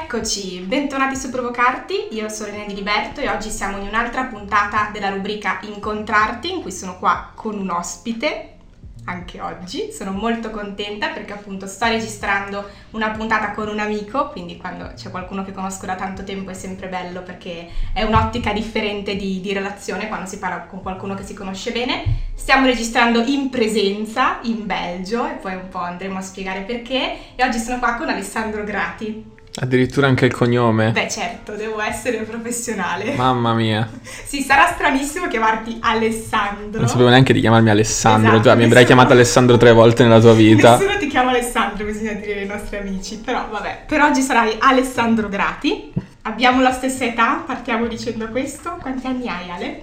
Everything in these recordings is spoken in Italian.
Eccoci, bentornati su Provocarti, io sono Elena Di Liberto e oggi siamo in un'altra puntata della rubrica Incontrarti, in cui sono qua con un ospite, anche oggi. Sono molto contenta perché appunto sto registrando una puntata con un amico, quindi quando c'è qualcuno che conosco da tanto tempo è sempre bello perché è un'ottica differente di relazione quando si parla con qualcuno che si conosce bene. Stiamo registrando in presenza in Belgio e poi un po' andremo a spiegare perché, e oggi sono qua con Alessandro Grati. Addirittura anche il cognome? Beh certo, devo essere professionale. Mamma mia. Sì, sarà stranissimo chiamarti Alessandro. Non sapevo neanche di chiamarmi Alessandro, esatto, già mi avrai chiamato Alessandro 3 volte nella tua vita. Nessuno ti chiama Alessandro, bisogna dire ai nostri amici, però vabbè. Per oggi sarai Alessandro Grati. Abbiamo la stessa età, partiamo dicendo questo. Quanti anni hai, Ale?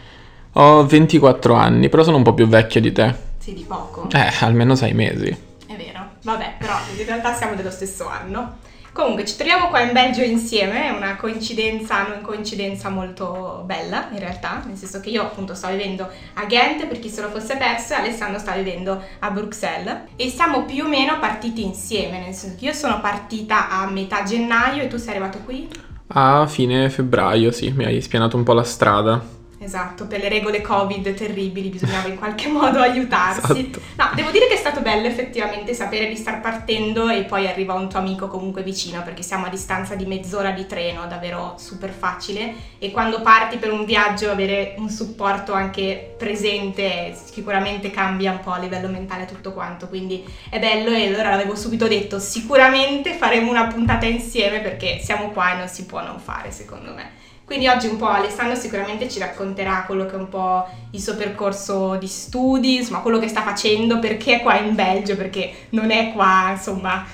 Ho 24 anni, però sono un po' più vecchio di te. Sì, di poco. Almeno 6 mesi. È vero, vabbè, però in realtà siamo dello stesso anno. Comunque ci troviamo qua in Belgio insieme, è una coincidenza, non coincidenza molto bella in realtà, nel senso che io appunto sto vivendo a Ghent, per chi se lo fosse perso, e Alessandro sta vivendo a Bruxelles e siamo più o meno partiti insieme, nel senso che io sono partita a metà gennaio e tu sei arrivato qui? A fine febbraio, sì, mi hai spianato un po' la strada. Esatto, per le regole Covid terribili bisognava in qualche modo aiutarsi. Esatto. No, devo dire che è stato bello effettivamente sapere di star partendo e poi arriva un tuo amico comunque vicino, perché siamo a distanza di mezz'ora di treno, davvero super facile, e quando parti per un viaggio avere un supporto anche presente sicuramente cambia un po' a livello mentale tutto quanto, quindi è bello. E allora l'avevo subito detto, sicuramente faremo una puntata insieme perché siamo qua e non si può non fare, secondo me. Quindi oggi un po' Alessandro sicuramente ci racconterà quello che è un po' il suo percorso di studi, insomma quello che sta facendo, perché è qua in Belgio, perché non è qua insomma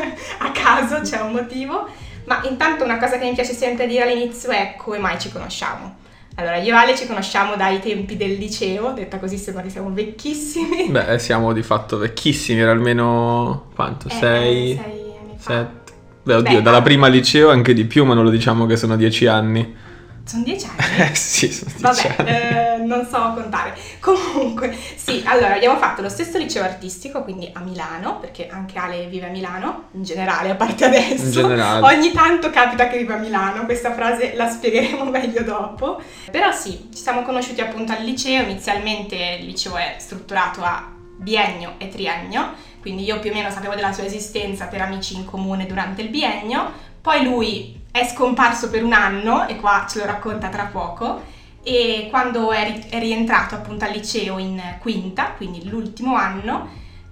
a caso, c'è un motivo. Ma intanto una cosa che mi piace sempre dire all'inizio è come mai ci conosciamo. Allora io e Ale ci conosciamo dai tempi del liceo, detta così sembra che siamo vecchissimi. Beh, siamo di fatto vecchissimi, era almeno quanto? 6 anni fa. 7. Beh, oddio, dalla prima al liceo anche di più, ma non lo diciamo che sono 10 anni. Sono 10 anni? Sì, sono 10 anni. Non so contare. Comunque, sì, allora abbiamo fatto lo stesso liceo artistico, quindi a Milano, perché anche Ale vive a Milano, in generale, a parte adesso. In generale. Ogni tanto capita che viva a Milano, questa frase la spiegheremo meglio dopo. Però sì, ci siamo conosciuti appunto al liceo, inizialmente il liceo è strutturato a biennio e triennio, quindi io più o meno sapevo della sua esistenza per amici in comune durante il biennio, poi lui è scomparso per un anno e qua ce lo racconta tra poco, e quando è rientrato appunto al liceo in quinta, quindi l'ultimo anno,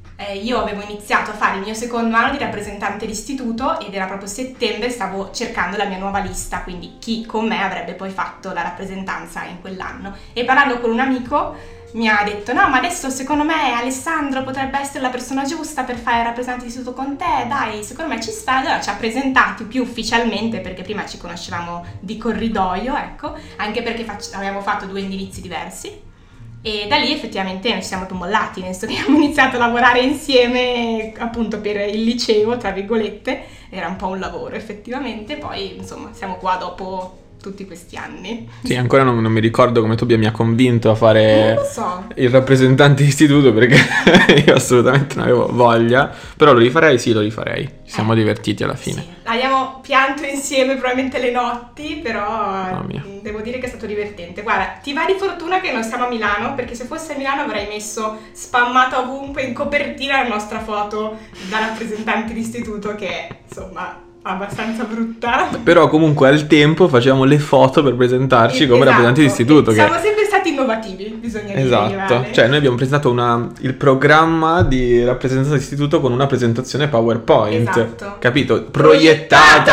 io avevo iniziato a fare il mio secondo anno di rappresentante d'istituto ed era proprio settembre, stavo cercando la mia nuova lista, quindi chi con me avrebbe poi fatto la rappresentanza in quell'anno, e parlando con un amico mi ha detto no, ma adesso secondo me Alessandro potrebbe essere la persona giusta per fare il rappresentante d'istituto con te, dai, secondo me ci sta. Allora ci ha presentati più ufficialmente, perché prima ci conoscevamo di corridoio, ecco, anche perché avevamo fatto 2 indirizzi diversi, e da lì effettivamente non ci siamo più mollati, nel senso che abbiamo iniziato a lavorare insieme appunto per il liceo, tra virgolette, era un po' un lavoro effettivamente, poi insomma siamo qua dopo tutti questi anni. Sì, ancora non mi ricordo come tu mi ha convinto a fare non lo so. Il rappresentante di istituto, perché io assolutamente non avevo voglia, però lo rifarei, sì, lo rifarei. Ci siamo divertiti alla fine. Sì. Abbiamo pianto insieme probabilmente le notti, però mia. Devo dire che è stato divertente. Guarda, ti va di fortuna che non siamo a Milano, perché se fosse a Milano avrei messo spammata ovunque in copertina la nostra foto da rappresentante di istituto, che è insomma abbastanza brutta. Però comunque al tempo facevamo le foto per presentarci come rappresentanti di istituto. Siamo sempre stati innovativi, bisogna dire. Esatto, cioè noi abbiamo presentato il programma di rappresentanza di istituto con una presentazione PowerPoint. Esatto. Capito? Proiettata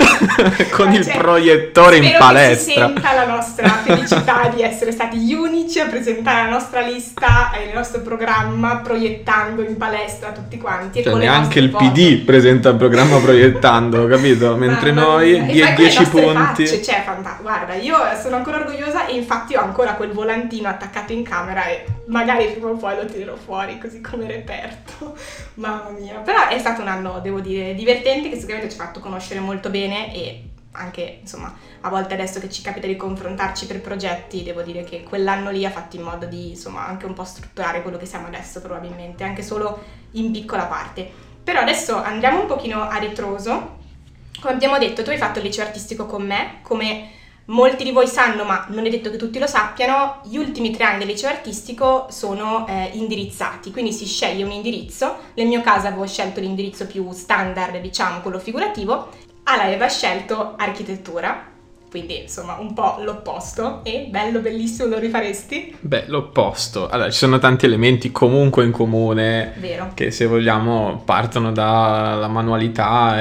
con il proiettore in palestra. Spero che si senta la nostra felicità di essere stati gli unici a presentare la nostra lista e il nostro programma proiettando in palestra tutti quanti. Cioè neanche il PD presenta il programma proiettando. Capito? Mentre noi 10 punti. Facce, cioè, guarda, io sono ancora orgogliosa e infatti ho ancora quel volantino attaccato in camera e magari prima o poi lo tirerò fuori così come reperto. Mamma mia. Però è stato un anno, devo dire, divertente, che sicuramente ci ha fatto conoscere molto bene, e anche insomma a volte adesso che ci capita di confrontarci per progetti, devo dire che quell'anno lì ha fatto in modo di insomma anche un po' strutturare quello che siamo adesso, probabilmente anche solo in piccola parte. Però adesso andiamo un pochino a ritroso Come abbiamo detto, tu hai fatto il liceo artistico con me, come molti di voi sanno, ma non è detto che tutti lo sappiano, gli ultimi 3 anni del liceo artistico sono indirizzati, quindi si sceglie un indirizzo. Nel mio caso avevo scelto l'indirizzo più standard, diciamo, quello figurativo, Ala aveva scelto architettura, quindi insomma un po' l'opposto, e bello, bellissimo, lo rifaresti? Beh, l'opposto. Allora, ci sono tanti elementi comunque in comune, Vero. che se vogliamo partono dalla manualità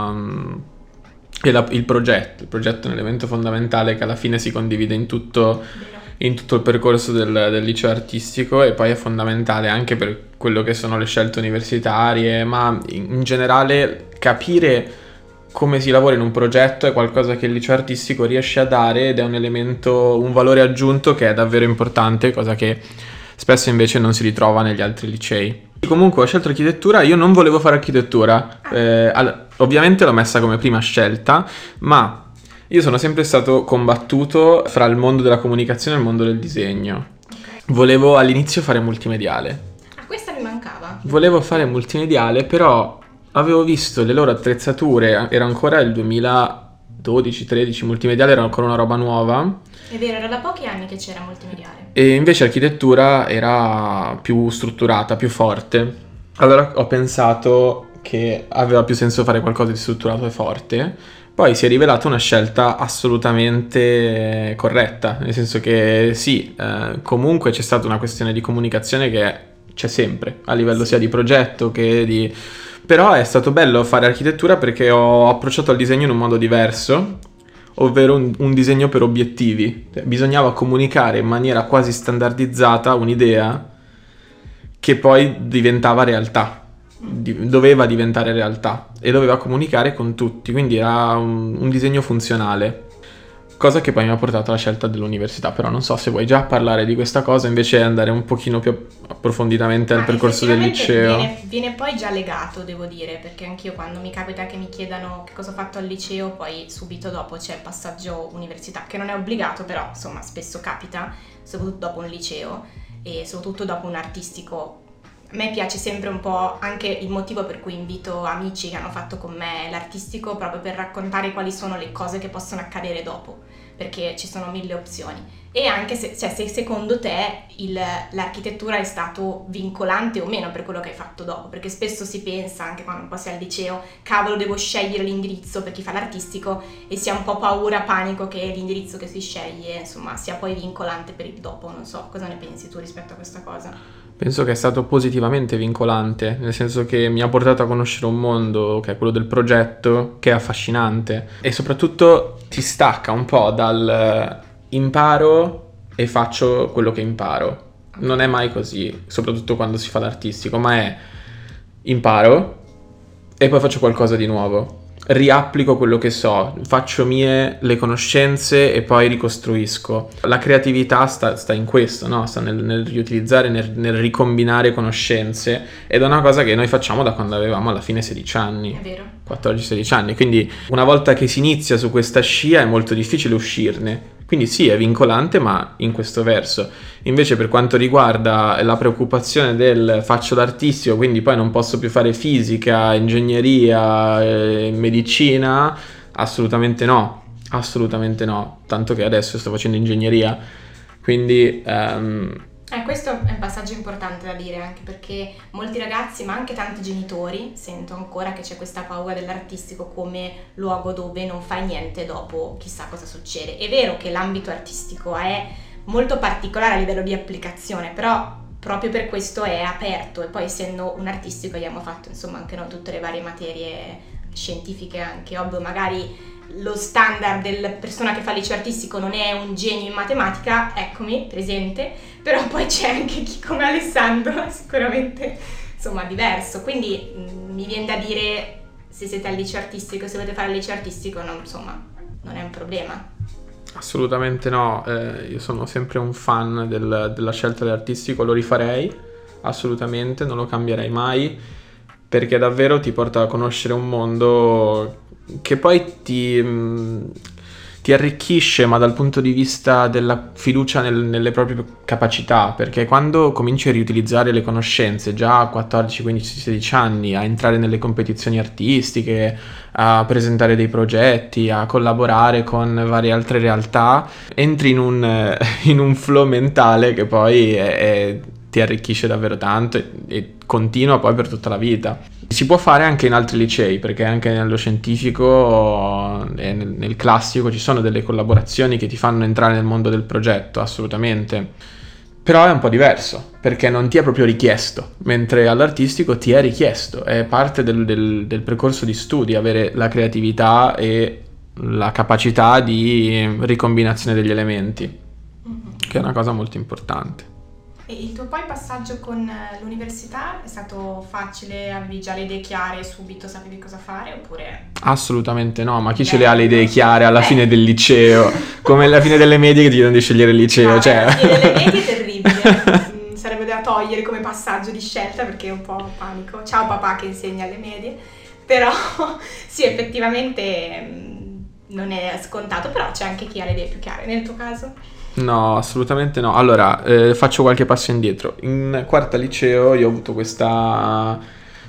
il progetto. Il progetto è un elemento fondamentale che alla fine si condivide in tutto il percorso del liceo artistico, e poi è fondamentale anche per quello che sono le scelte universitarie, ma in generale capire come si lavora in un progetto è qualcosa che il liceo artistico riesce a dare, ed è un elemento, un valore aggiunto che è davvero importante, cosa che spesso invece non si ritrova negli altri licei. Comunque ho scelto architettura. Io non volevo fare architettura, ovviamente l'ho messa come prima scelta, ma io sono sempre stato combattuto fra il mondo della comunicazione e il mondo del disegno. Volevo all'inizio fare multimediale. Questa mi mancava. Volevo fare multimediale, però avevo visto le loro attrezzature, era ancora il 2012-13, multimediale era ancora una roba nuova. È vero, era da pochi anni che c'era multimediale. E invece architettura era più strutturata, più forte. Allora ho pensato che aveva più senso fare qualcosa di strutturato e forte. Poi si è rivelata una scelta assolutamente corretta, nel senso che sì, comunque c'è stata una questione di comunicazione che c'è sempre, a livello sia di progetto che di... Però è stato bello fare architettura perché ho approcciato al disegno in un modo diverso, ovvero un disegno per obiettivi. Bisognava comunicare in maniera quasi standardizzata un'idea che poi diventava realtà, doveva diventare realtà e doveva comunicare con tutti, quindi era un disegno funzionale. Cosa che poi mi ha portato alla scelta dell'università, però non so se vuoi già parlare di questa cosa, invece andare un pochino più approfonditamente al percorso del liceo. Viene poi già legato, devo dire, perché anch'io quando mi capita che mi chiedano che cosa ho fatto al liceo, poi subito dopo c'è il passaggio università, che non è obbligato, però insomma spesso capita, soprattutto dopo un liceo e soprattutto dopo un artistico. A me piace sempre un po' anche il motivo per cui invito amici che hanno fatto con me l'artistico, proprio per raccontare quali sono le cose che possono accadere dopo, perché ci sono 1000 opzioni. E anche se secondo te l'architettura è stato vincolante o meno per quello che hai fatto dopo, perché spesso si pensa, anche quando un po' si è al liceo, cavolo, devo scegliere l'indirizzo per chi fa l'artistico, e si ha un po' paura, panico che l'indirizzo che si sceglie insomma sia poi vincolante per il dopo. Non so, cosa ne pensi tu rispetto a questa cosa? Penso che è stato positivamente vincolante, nel senso che mi ha portato a conoscere un mondo che è quello del progetto, che è affascinante, e soprattutto ti stacca un po' dal imparo e faccio quello che imparo. Non è mai così, soprattutto quando si fa l'artistico, ma è imparo e poi faccio qualcosa di nuovo. Riapplico quello che so, faccio mie le conoscenze e poi ricostruisco. La creatività sta in questo, no? Sta nel riutilizzare, nel ricombinare conoscenze, ed è una cosa che noi facciamo da quando avevamo alla fine 16 anni. È vero. 14-16 anni, quindi una volta che si inizia su questa scia è molto difficile uscirne. Quindi sì, è vincolante, ma in questo verso. Invece per quanto riguarda la preoccupazione del faccio l'artistico, quindi poi non posso più fare fisica, ingegneria, medicina, assolutamente no, tanto che adesso sto facendo ingegneria, quindi... Questo è un passaggio importante da dire, anche perché molti ragazzi, ma anche tanti genitori, sento ancora che c'è questa paura dell'artistico come luogo dove non fai niente dopo chissà cosa succede. È vero che l'ambito artistico è molto particolare a livello di applicazione, però proprio per questo è aperto, e poi essendo un artistico abbiamo fatto insomma anche noi tutte le varie materie scientifiche, anche ovvio magari lo standard della persona che fa il liceo artistico non è un genio in matematica, eccomi, presente, però poi c'è anche chi come Alessandro è sicuramente insomma diverso, quindi mi viene da dire, se siete al liceo artistico, se volete fare il liceo artistico, non è un problema. Assolutamente no, io sono sempre un fan della scelta dell'artistico, lo rifarei assolutamente, non lo cambierei mai, perché davvero ti porta a conoscere un mondo che poi ti ti arricchisce, ma dal punto di vista della fiducia nelle proprie capacità, perché quando cominci a riutilizzare le conoscenze già a 14, 15, 16 anni, a entrare nelle competizioni artistiche, a presentare dei progetti, a collaborare con varie altre realtà, entri in un flow mentale che poi ti arricchisce davvero tanto e continua poi per tutta la vita. Si può fare anche in altri licei, perché anche nello scientifico e nel classico ci sono delle collaborazioni che ti fanno entrare nel mondo del progetto, assolutamente. Però è un po' diverso, perché non ti è proprio richiesto, mentre all'artistico ti è richiesto, è parte del percorso di studi, avere la creatività e la capacità di ricombinazione degli elementi, che è una cosa molto importante. E il tuo poi passaggio con l'università è stato facile? Avevi già le idee chiare subito, sapevi cosa fare oppure? Assolutamente no, ma chi ce le ha le idee chiare alla fine del liceo? Come alla fine delle medie che ti chiedono di scegliere il liceo, No, cioè... La fine delle medie è terribile, sarebbe da togliere come passaggio di scelta perché è un po' panico. Ciao papà che insegna alle medie, però sì, effettivamente non è scontato, però c'è anche chi ha le idee più chiare. Nel tuo caso? No, assolutamente no. Allora, faccio qualche passo indietro. In quarta liceo io ho avuto questa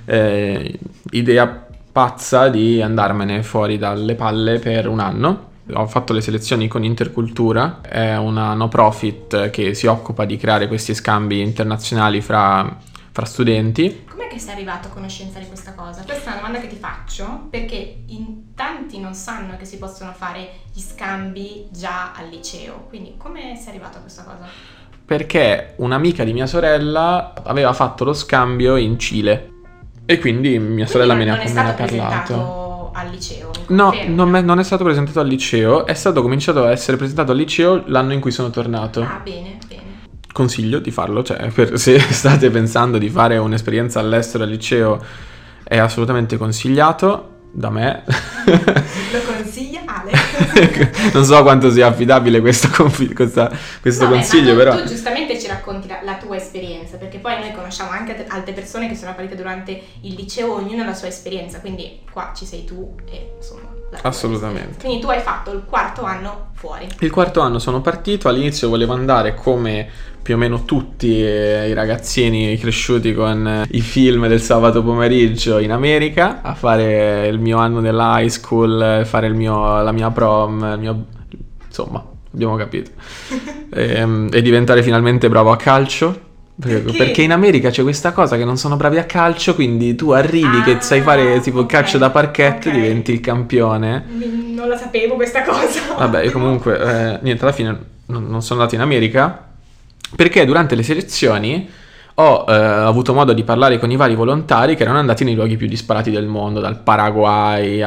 idea pazza di andarmene fuori dalle palle per un anno. Ho fatto le selezioni con Intercultura, è una no profit che si occupa di creare questi scambi internazionali fra studenti. Com'è che sei arrivato a conoscenza di questa cosa? Questa è una domanda che ti faccio perché in tanti non sanno che si possono fare gli scambi già al liceo, quindi come sei arrivato a questa cosa? Perché un'amica di mia sorella aveva fatto lo scambio in Cile e quindi mia sorella me ne ha parlato. Presentato al liceo? No, non è stato presentato al liceo, è stato cominciato a essere presentato al liceo l'anno in cui sono tornato. Ah, bene, bene. Consiglio di farlo, cioè se state pensando di fare un'esperienza all'estero al liceo è assolutamente consigliato da me. Lo consiglia Ale. Non so quanto sia affidabile questo consiglio, però tu giustamente ci racconti la tua esperienza, perché poi noi conosciamo anche altre persone che sono apparite durante il liceo, ognuno ha la sua esperienza, quindi qua ci sei tu e insomma assolutamente. Quindi tu hai fatto il quarto anno fuori. Il quarto anno sono partito, all'inizio volevo andare come più o meno tutti i ragazzini cresciuti con i film del sabato pomeriggio in America, a fare il mio anno della high school, fare la mia prom, insomma, abbiamo capito. E diventare finalmente bravo a calcio. Perché in America c'è questa cosa che non sono bravi a calcio, quindi tu arrivi che sai fare tipo calcio da parquet e diventi il campione. Non la sapevo questa cosa. Vabbè, io comunque, niente, alla fine non sono andato in America perché durante le selezioni ho avuto modo di parlare con i vari volontari che erano andati nei luoghi più disparati del mondo, dal Paraguay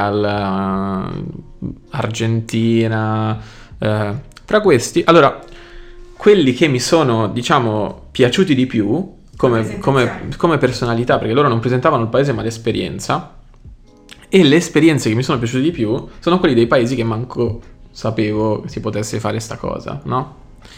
all'Argentina. Tra questi, allora, quelli che mi sono, diciamo, piaciuti di più come personalità, perché loro non presentavano il paese ma l'esperienza, e le esperienze che mi sono piaciute di più sono quelli dei paesi che manco sapevo che si potesse fare sta cosa, no?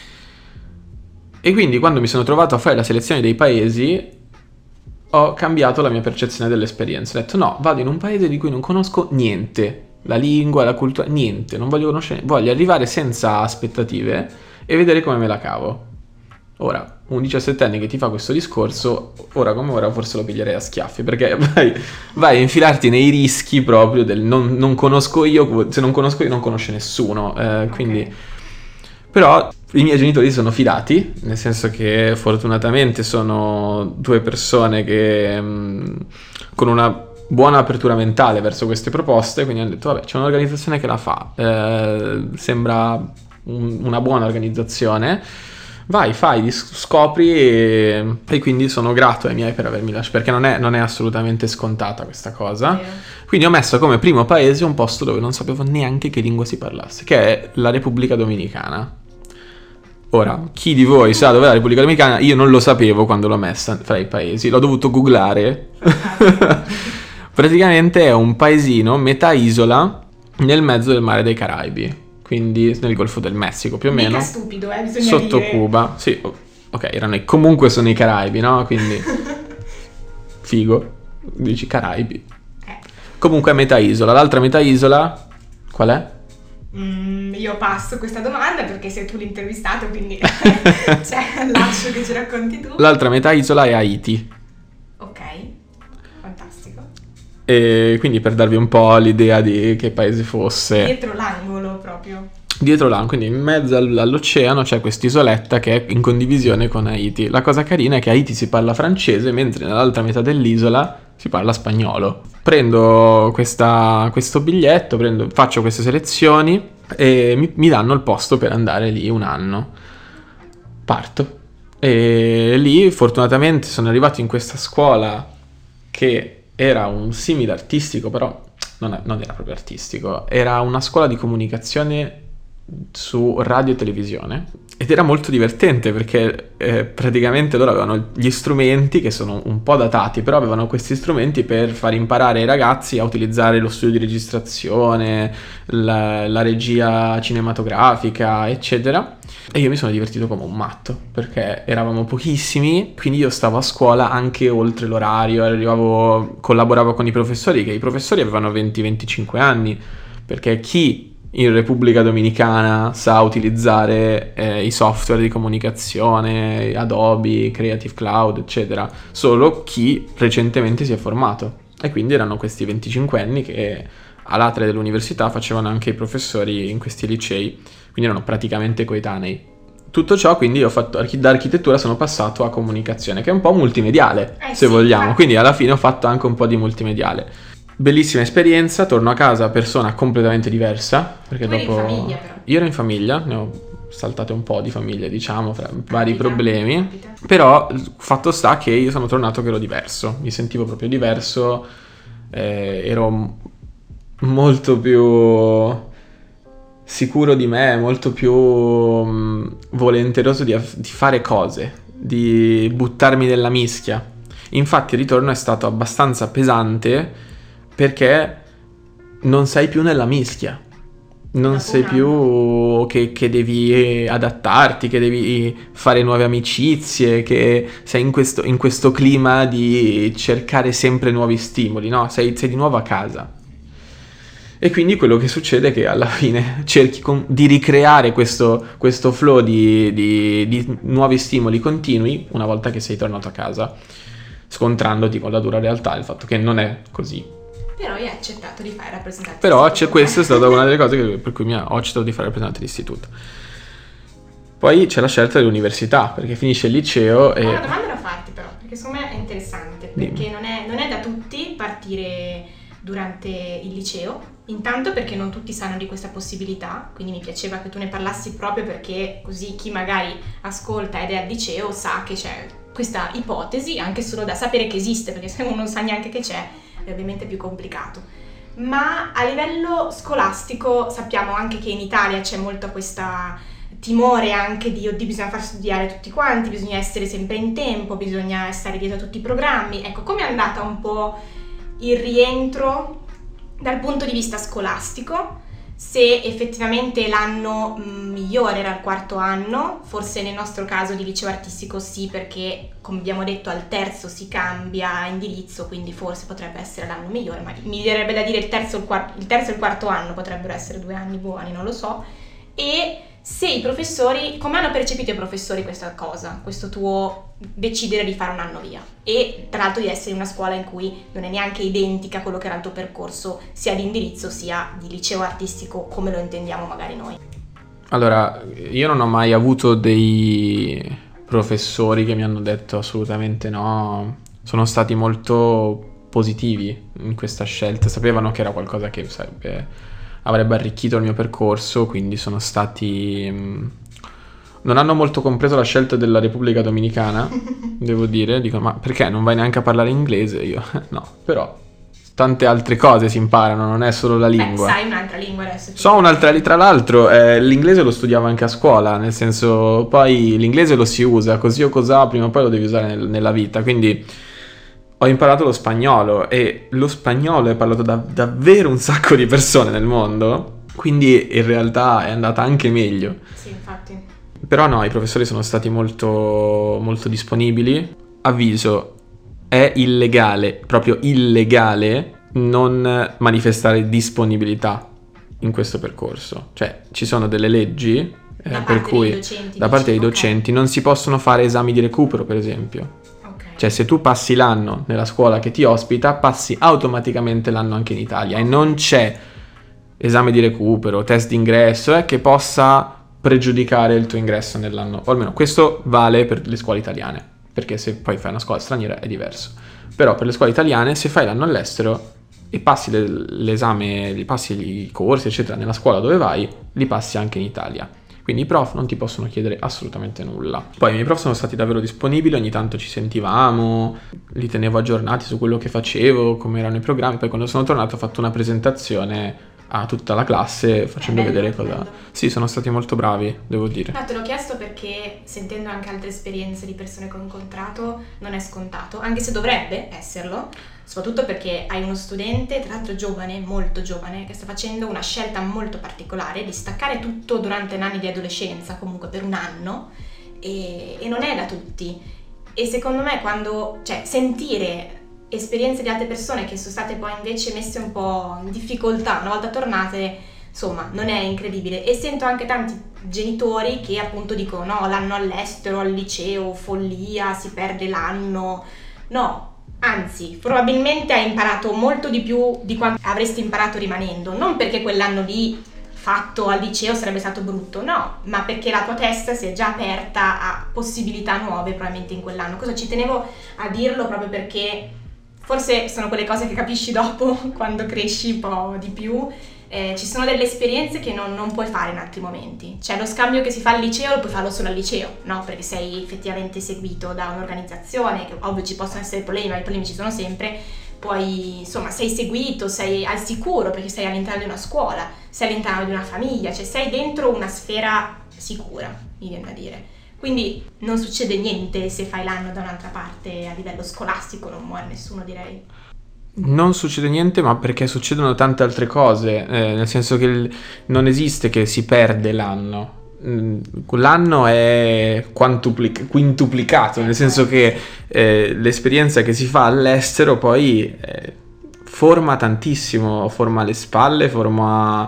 E quindi quando mi sono trovato a fare la selezione dei paesi ho cambiato la mia percezione dell'esperienza. Ho detto no, vado in un paese di cui non conosco niente, la lingua, la cultura, niente, non voglio conoscere, voglio arrivare senza aspettative e vedere come me la cavo. Ora, un 17enne che ti fa questo discorso, ora come ora forse lo piglierei a schiaffi, perché vai a infilarti nei rischi proprio del non conosco io, se non conosco io non conosce nessuno, quindi... Però i miei genitori si sono fidati, nel senso che fortunatamente sono due persone che con una buona apertura mentale verso queste proposte, quindi hanno detto vabbè, c'è un'organizzazione che la fa, sembra una buona organizzazione, vai, fai, scopri e quindi sono grato ai miei per avermi lasciato, perché non è assolutamente scontata questa cosa. Quindi ho messo come primo paese un posto dove non sapevo neanche che lingua si parlasse, che è la Repubblica Dominicana. Ora, chi di voi sa dov'è la Repubblica Dominicana? Io non lo sapevo quando l'ho messa fra i paesi, l'ho dovuto googlare. Praticamente è un paesino, metà isola, nel mezzo del mare dei Caraibi, quindi nel Golfo del Messico più o meno. Mica stupido, bisogna sotto dire. Cuba, sì, ok, comunque sono i Caraibi, no? Quindi figo, dici Caraibi. Comunque è metà isola, l'altra metà isola, qual è? Io passo questa domanda perché sei tu l'intervistato, quindi lascio che ci racconti tu. L'altra metà isola è Haiti. Ok, fantastico. E quindi per darvi un po' l'idea di che paese fosse. Dietro l'angolo proprio. Dietro là, quindi in mezzo all'oceano c'è quest'isoletta che è in condivisione con Haiti. La cosa carina è che a Haiti si parla francese, mentre nell'altra metà dell'isola si parla spagnolo. Prendo questo biglietto, faccio queste selezioni e mi danno il posto per andare lì un anno. Parto. E lì fortunatamente sono arrivato in questa scuola che era un simile artistico, però non era proprio artistico, era una scuola di comunicazione su radio e televisione ed era molto divertente perché praticamente loro avevano gli strumenti che sono un po' datati, però avevano questi strumenti per far imparare ai ragazzi a utilizzare lo studio di registrazione, la regia cinematografica, eccetera. E io mi sono divertito come un matto perché eravamo pochissimi, quindi io stavo a scuola anche oltre l'orario, collaboravo con i professori, che i professori avevano 20-25 anni, perché chi in Repubblica Dominicana sa utilizzare i software di comunicazione, Adobe, Creative Cloud, eccetera, solo chi recentemente si è formato. E quindi erano questi 25 anni che all'atre dell'università facevano anche i professori in questi licei, quindi erano praticamente coetanei. Tutto ciò, quindi io ho fatto da architettura, sono passato a comunicazione, che è un po' multimediale, se vogliamo, quindi alla fine ho fatto anche un po' di multimediale. Bellissima esperienza, torno a casa persona completamente diversa, perché tu dopo... eri in famiglia però. Io ero in famiglia, ne ho saltate un po' di famiglie, diciamo, fra vari problemi, però fatto sta che io sono tornato che ero diverso, mi sentivo proprio diverso, ero molto più sicuro di me, molto più volenteroso di fare cose, di buttarmi nella mischia. Infatti il ritorno è stato abbastanza pesante perché non sei più nella mischia, non sei più che devi adattarti, che devi fare nuove amicizie, che sei in questo clima di cercare sempre nuovi stimoli, no? Sei di nuovo a casa. E quindi quello che succede è che alla fine cerchi di ricreare questo flow di nuovi stimoli continui una volta che sei tornato a casa, scontrandoti con la dura realtà il fatto che non è così. Però hai accettato di fare rappresentante. Però questa è stata una delle cose per cui ho accettato di fare rappresentante d'istituto. Poi c'è la scelta dell'università, perché finisce il liceo e... Una domanda da farti però, perché secondo me è interessante, perché non è da tutti partire durante il liceo, intanto perché non tutti sanno di questa possibilità, quindi mi piaceva che tu ne parlassi proprio perché così chi magari ascolta ed è al liceo sa che c'è questa ipotesi, anche solo da sapere che esiste, perché se uno non sa neanche che c'è è ovviamente più complicato. Ma a livello scolastico sappiamo anche che in Italia c'è molto questa timore anche di oddio, bisogna far studiare tutti quanti, bisogna essere sempre in tempo, bisogna stare dietro a tutti i programmi. Ecco, com'è andata un po' il rientro dal punto di vista scolastico? Se effettivamente l'anno migliore era il quarto anno, forse nel nostro caso di liceo artistico sì, perché come abbiamo detto al terzo si cambia indirizzo, quindi forse potrebbe essere l'anno migliore, ma mi direbbe da dire il terzo e il quarto anno potrebbero essere 2 anni buoni, non lo so. E se i professori, come hanno percepito i professori questa cosa, questo tuo decidere di fare un anno via e tra l'altro di essere in una scuola in cui non è neanche identica quello che era il tuo percorso sia di indirizzo sia di liceo artistico come lo intendiamo magari noi? Allora, io non ho mai avuto dei professori che mi hanno detto assolutamente no, sono stati molto positivi in questa scelta, sapevano che era qualcosa che avrebbe arricchito il mio percorso, quindi sono stati... Non hanno molto compreso la scelta della Repubblica Dominicana, devo dire. Dicono, ma perché non vai neanche a parlare inglese? Io, no, però tante altre cose si imparano, non è solo la lingua. Sai un'altra lingua adesso? So un'altra, tra l'altro l'inglese lo studiavo anche a scuola, nel senso, poi l'inglese lo si usa, così o cos'ha, prima o poi lo devi usare nella vita, quindi... Ho imparato lo spagnolo e lo spagnolo è parlato da davvero un sacco di persone nel mondo, quindi in realtà è andata anche meglio. Sì, infatti. Però no, i professori sono stati molto, molto disponibili. Avviso, è illegale, proprio illegale, non manifestare disponibilità in questo percorso. Cioè, ci sono delle leggi per cui da parte dei docenti non si possono fare esami di recupero, per esempio. Cioè, se tu passi l'anno nella scuola che ti ospita, passi automaticamente l'anno anche in Italia e non c'è esame di recupero, test d'ingresso che possa pregiudicare il tuo ingresso nell'anno. O almeno questo vale per le scuole italiane, perché se poi fai una scuola straniera è diverso. Però per le scuole italiane, se fai l'anno all'estero e passi l'esame, li passi i corsi, eccetera, nella scuola dove vai, li passi anche in Italia. Quindi i prof non ti possono chiedere assolutamente nulla. Poi i miei prof sono stati davvero disponibili, ogni tanto ci sentivamo, li tenevo aggiornati su quello che facevo, come erano i programmi. Poi quando sono tornato ho fatto una presentazione a tutta la classe facendo vedere cosa... Bello. Sì, sono stati molto bravi, devo dire. No, te l'ho chiesto perché sentendo anche altre esperienze di persone che ho incontrato non è scontato, anche se dovrebbe esserlo, soprattutto perché hai uno studente, tra l'altro giovane, molto giovane, che sta facendo una scelta molto particolare di staccare tutto durante anni di adolescenza, comunque per un anno, e non è da tutti. E secondo me quando, cioè, sentire esperienze di altre persone che sono state poi invece messe un po' in difficoltà una volta tornate, insomma, non è incredibile. E sento anche tanti genitori che appunto dicono no, l'anno all'estero, al liceo, follia, si perde l'anno. No, anzi, probabilmente hai imparato molto di più di quanto avresti imparato rimanendo, non perché quell'anno lì fatto al liceo sarebbe stato brutto, no, ma perché la tua testa si è già aperta a possibilità nuove probabilmente in quell'anno. Cosa ci tenevo a dirlo proprio perché forse sono quelle cose che capisci dopo, quando cresci un po' di più. Ci sono delle esperienze che non puoi fare in altri momenti. Cioè lo scambio che si fa al liceo lo puoi farlo solo al liceo, no? Perché sei effettivamente seguito da un'organizzazione, che ovvio ci possono essere problemi, ma i problemi ci sono sempre. Poi insomma sei seguito, sei al sicuro perché sei all'interno di una scuola, sei all'interno di una famiglia, cioè sei dentro una sfera sicura, mi viene da dire. Quindi non succede niente se fai l'anno da un'altra parte a livello scolastico, non muore nessuno, direi. Non succede niente, ma perché succedono tante altre cose, nel senso che non esiste che si perde l'anno. L'anno è quintuplicato, nel senso che l'esperienza che si fa all'estero poi forma tantissimo, forma le spalle, forma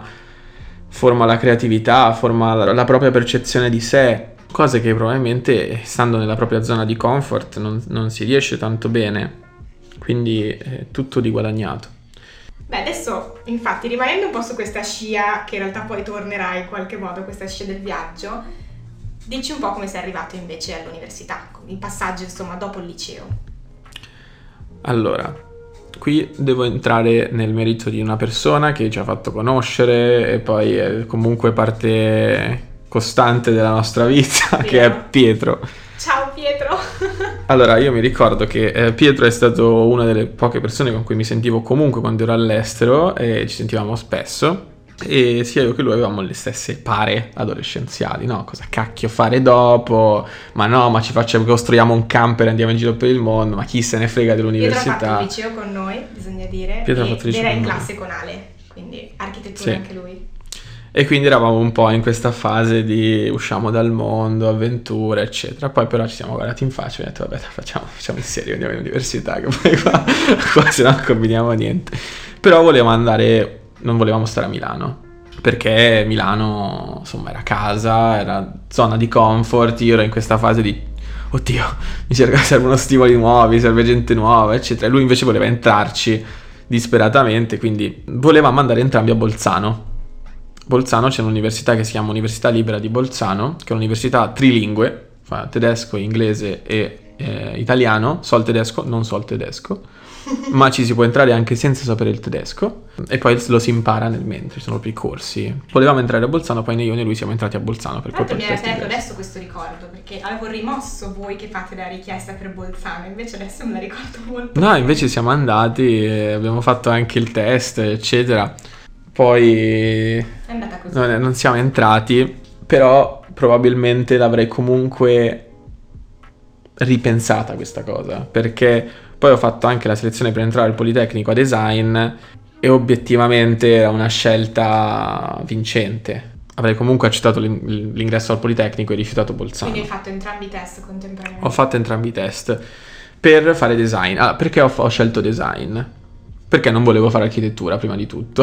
la creatività, forma la propria percezione di sé, cose che probabilmente stando nella propria zona di comfort non si riesce tanto bene. Quindi è tutto di guadagnato. Beh, adesso infatti rimanendo un po' su questa scia, che in realtà poi tornerà in qualche modo, questa scia del viaggio, dici un po' come sei arrivato invece all'università, il passaggio insomma dopo il liceo. Allora, qui devo entrare nel merito di una persona che ci ha fatto conoscere e poi è comunque parte costante della nostra vita, Vero. Che è Pietro. Ciao Pietro! Allora, io mi ricordo che Pietro è stato una delle poche persone con cui mi sentivo comunque quando ero all'estero e ci sentivamo spesso e sia io che lui avevamo le stesse pare adolescenziali, no? Cosa cacchio fare dopo? Ma no, ma costruiamo un camper e andiamo in giro per il mondo, ma chi se ne frega dell'università? Pietro ha fatto il liceo con noi, bisogna dire, Pietro ha fatto il liceo era con in noi. classe con Ale, quindi architettura Sì. anche lui. E quindi eravamo un po' in questa fase di usciamo dal mondo, avventure, eccetera. Poi però ci siamo guardati in faccia e abbiamo detto, vabbè, facciamo in serio, andiamo in università, che poi qua se no non combiniamo niente. Però non volevamo stare a Milano, perché Milano, insomma, era casa, era zona di comfort, io ero in questa fase di, oddio, servono stimoli nuovi, serve gente nuova, eccetera. E lui invece voleva entrarci disperatamente, quindi volevamo andare entrambi a Bolzano. Bolzano c'è un'università che si chiama Università Libera di Bolzano, che è un'università trilingue, fa tedesco, inglese e italiano, so il tedesco, non so il tedesco, ma ci si può entrare anche senza sapere il tedesco e poi lo si impara nel mentre, ci sono i corsi. Volevamo entrare a Bolzano, poi né io né lui siamo entrati a Bolzano per Tra l'altro colpa mi del hai test aperto inglese. adesso questo ricordo, perché avevo rimosso voi che fate la richiesta per Bolzano, invece adesso me la ricordo molto No, bene. invece siamo andati, abbiamo fatto anche il test, eccetera. Poi È andata così. non siamo entrati, però probabilmente l'avrei comunque ripensata questa cosa, perché poi ho fatto anche la selezione per entrare al Politecnico a design e obiettivamente era una scelta vincente. Avrei comunque accettato l'ingresso al Politecnico e rifiutato Bolzano. Quindi hai fatto entrambi i test contemporaneamente. Ho fatto entrambi i test per fare design. Perché ho scelto design? perché non volevo fare architettura prima di tutto.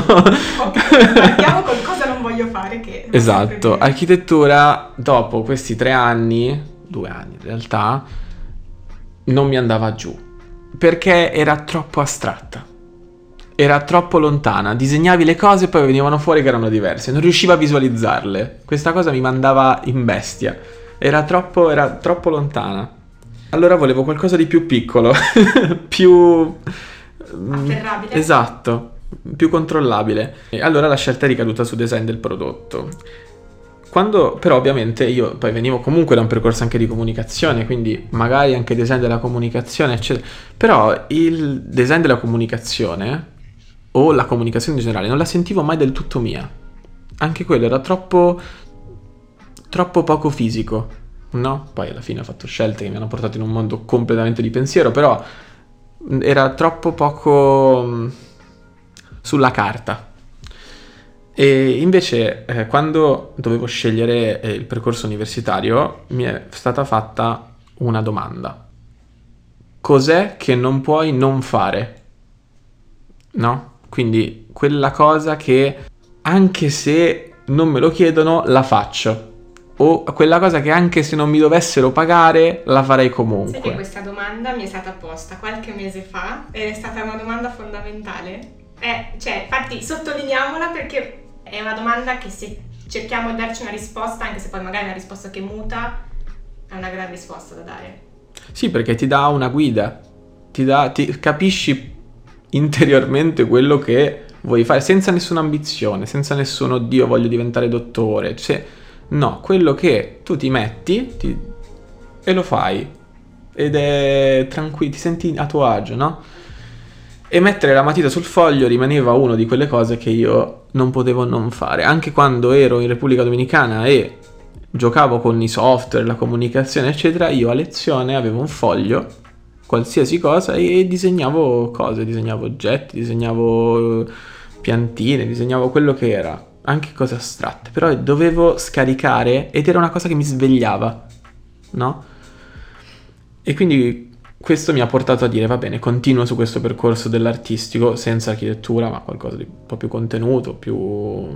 Ok, partiamo con cosa non voglio fare che... Esatto, architettura dopo questi 3 anni, 2 anni in realtà, non mi andava giù, perché era troppo astratta, era troppo lontana, disegnavi le cose e poi venivano fuori che erano diverse, non riuscivo a visualizzarle, questa cosa mi mandava in bestia, era troppo lontana. Allora volevo qualcosa di più piccolo, più... Afferrabile. Esatto, più controllabile. E allora la scelta è ricaduta sul design del prodotto. Quando, però ovviamente io poi venivo comunque da un percorso anche di comunicazione, quindi magari anche design della comunicazione, eccetera. Però il design della comunicazione, o la comunicazione in generale, non la sentivo mai del tutto mia. Anche quello era troppo poco fisico, no? Poi alla fine ho fatto scelte che mi hanno portato in un mondo completamente di pensiero, però era troppo poco sulla carta. E invece quando dovevo scegliere il percorso universitario mi è stata fatta una domanda: cos'è che non puoi non fare? No? Quindi quella cosa che anche se non me lo chiedono la faccio, o quella cosa che anche se non mi dovessero pagare la farei comunque. Sai che questa domanda mi è stata posta qualche mese fa ed è stata una domanda fondamentale. Cioè, infatti sottolineiamola perché è una domanda che se cerchiamo di darci una risposta, anche se poi magari è una risposta che muta, è una gran risposta da dare. Sì, perché ti dà una guida, ti capisci interiormente quello che vuoi fare senza nessuna ambizione, senza nessun oddio voglio diventare dottore, cioè, no, quello che tu ti metti e lo fai ed è tranquillo, ti senti a tuo agio, no? E mettere la matita sul foglio rimaneva una di quelle cose che io non potevo non fare, anche quando ero in Repubblica Dominicana e giocavo con i software, la comunicazione eccetera, io a lezione avevo un foglio, qualsiasi cosa, e disegnavo cose, disegnavo oggetti, disegnavo piantine, disegnavo quello che era, anche cose astratte, però dovevo scaricare ed era una cosa che mi svegliava, no? E quindi questo mi ha portato a dire, va bene, continuo su questo percorso dell'artistico senza architettura, ma qualcosa di un po' più contenuto, più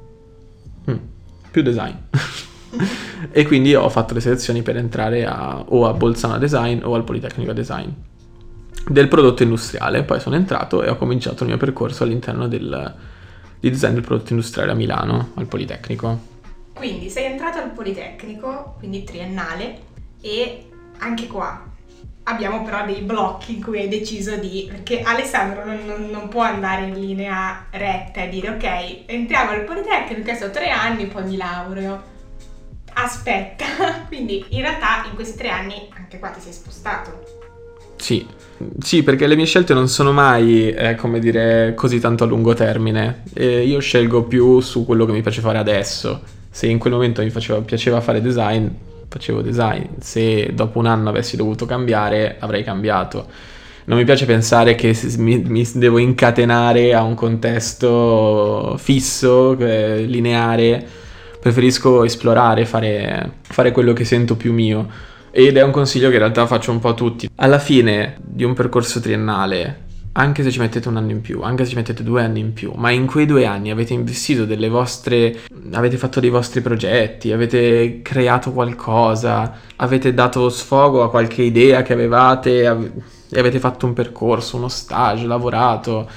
design. E quindi ho fatto le selezioni per entrare o a Bolzano Design o al Politecnico Design del prodotto industriale. Poi sono entrato e ho cominciato il mio percorso all'interno di design del prodotto industriale a Milano, al Politecnico. Quindi sei entrato al Politecnico, quindi triennale, e anche qua abbiamo però dei blocchi in cui hai deciso perché Alessandro non può andare in linea retta e dire ok, entriamo al Politecnico, che sono 3 anni, poi mi laureo. Aspetta, quindi in realtà in questi 3 anni anche qua ti sei spostato. Sì, perché le mie scelte non sono mai, come dire, così tanto a lungo termine. Io scelgo più su quello che mi piace fare adesso. Se in quel momento mi piaceva fare design, facevo design. Se dopo un anno avessi dovuto cambiare, avrei cambiato. Non mi piace pensare che mi devo incatenare a un contesto fisso, lineare. Preferisco esplorare, fare quello che sento più mio. Ed è un consiglio che in realtà faccio un po' a tutti. Alla fine di un percorso triennale, anche se ci mettete 1 anno in più, anche se ci mettete 2 anni in più, ma in quei 2 anni avete investito avete fatto dei vostri progetti, avete creato qualcosa, avete dato sfogo a qualche idea che avevate e avete fatto un percorso, uno stage, lavorato.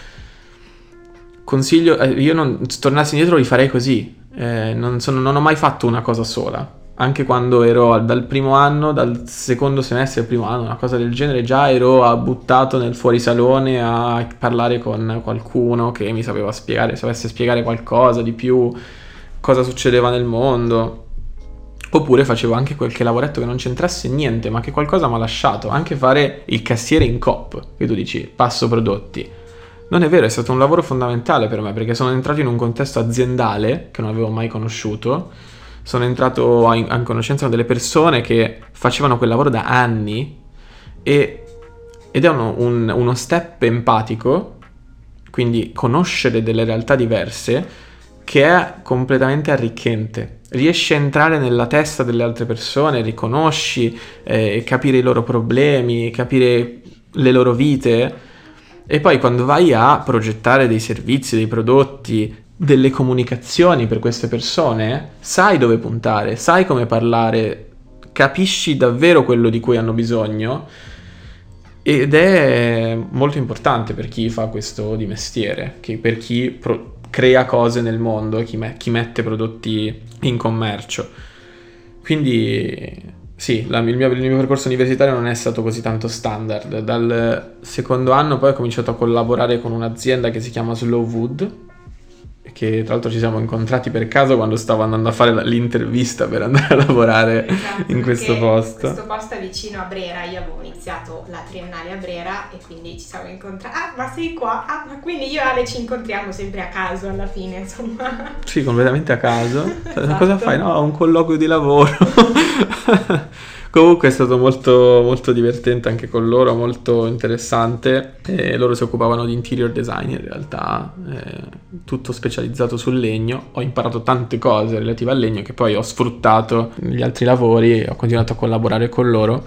Consiglio, io tornassi indietro li farei così. Non ho mai fatto una cosa sola. Anche quando ero dal primo anno, dal secondo semestre del primo anno, una cosa del genere, già ero buttato nel fuorisalone a parlare con qualcuno che mi sapesse spiegare qualcosa di più, cosa succedeva nel mondo. Oppure facevo anche qualche lavoretto che non c'entrasse niente, ma che qualcosa mi ha lasciato. Anche fare il cassiere in Coop, che tu dici, passo prodotti. Non è vero, è stato un lavoro fondamentale per me, perché sono entrato in un contesto aziendale che non avevo mai conosciuto. Sono entrato in conoscenza con delle persone che facevano quel lavoro da anni ed è uno step empatico, quindi conoscere delle realtà diverse, che è completamente arricchente. Riesci a entrare nella testa delle altre persone, riconosci, capire i loro problemi, capire le loro vite. E poi quando vai a progettare dei servizi, dei prodotti, delle comunicazioni per queste persone, sai dove puntare, sai come parlare, capisci davvero quello di cui hanno bisogno, ed è molto importante per chi fa questo di mestiere, che per chi crea cose nel mondo, chi mette prodotti in commercio. Quindi sì, il mio percorso universitario non è stato così tanto standard. Dal secondo anno poi ho cominciato a collaborare con un'azienda che si chiama Slow Wood, che tra l'altro ci siamo incontrati per caso quando stavo andando a fare l'intervista per andare a lavorare in questo posto. Questo posto è vicino a Brera, io avevo iniziato la triennale a Brera e quindi ci siamo incontrati. Ah, ma sei qua? Ah, ma quindi io e Ale ci incontriamo sempre a caso alla fine, insomma. Sì, completamente a caso. Esatto. Cosa fai? No, ho un colloquio di lavoro. Comunque è stato molto, molto divertente anche con loro, molto interessante. E loro si occupavano di interior design in realtà, tutto specializzato sul legno. Ho imparato tante cose relative al legno che poi ho sfruttato negli altri lavori e ho continuato a collaborare con loro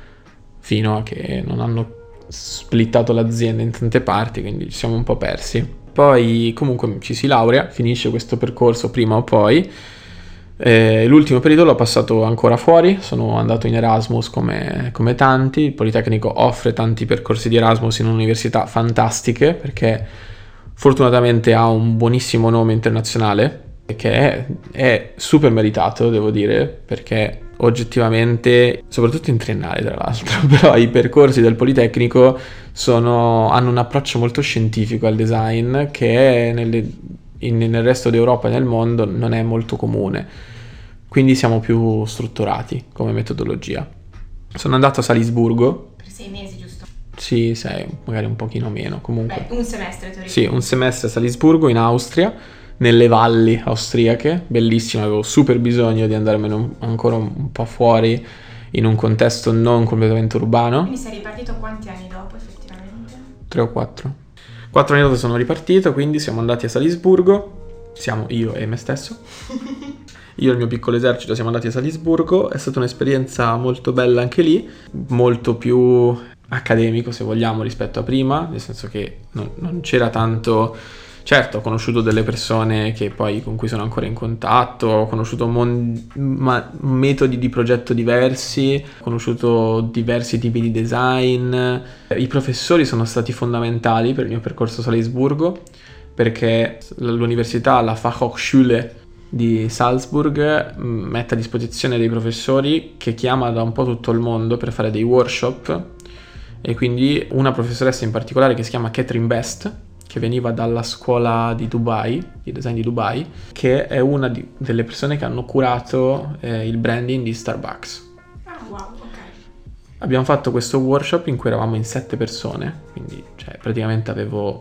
fino a che non hanno splittato l'azienda in tante parti, quindi ci siamo un po' persi. Poi comunque ci si laurea, finisce questo percorso prima o poi. L'ultimo periodo l'ho passato ancora fuori, sono andato in Erasmus come tanti. Il Politecnico offre tanti percorsi di Erasmus in università fantastiche perché fortunatamente ha un buonissimo nome internazionale, che è super meritato, devo dire, perché oggettivamente, soprattutto in triennale tra l'altro, però i percorsi del Politecnico hanno un approccio molto scientifico al design che nel resto d'Europa e nel mondo non è molto comune, quindi siamo più strutturati come metodologia. Sono andato a Salisburgo. Per 6 mesi, giusto? Sì, magari un pochino meno, comunque. Beh, un semestre, teoricamente. Sì, un semestre a Salisburgo, in Austria, nelle valli austriache, bellissimo, avevo super bisogno di andarmene ancora un po' fuori, in un contesto non completamente urbano. Quindi sei ripartito quanti anni dopo, effettivamente? 3 o 4. 4 anni dopo sono ripartito, quindi siamo andati a Salisburgo, siamo io e me stesso. Io e il mio piccolo esercito siamo andati a Salisburgo, è stata un'esperienza molto bella anche lì, molto più accademico se vogliamo rispetto a prima, nel senso che non c'era tanto. Certo, ho conosciuto delle persone con cui sono ancora in contatto, ho conosciuto metodi di progetto diversi, ho conosciuto diversi tipi di design. I professori sono stati fondamentali per il mio percorso a Salisburgo, perché l'università, la Fachhochschule di Salzburg, mette a disposizione dei professori che chiama da un po' tutto il mondo per fare dei workshop, e quindi una professoressa in particolare che si chiama Catherine Best, che veniva dalla scuola di Dubai, di design di Dubai, che è una delle persone che hanno curato il branding di Starbucks. Ah, wow, ok. Abbiamo fatto questo workshop in cui eravamo in 7 persone, quindi praticamente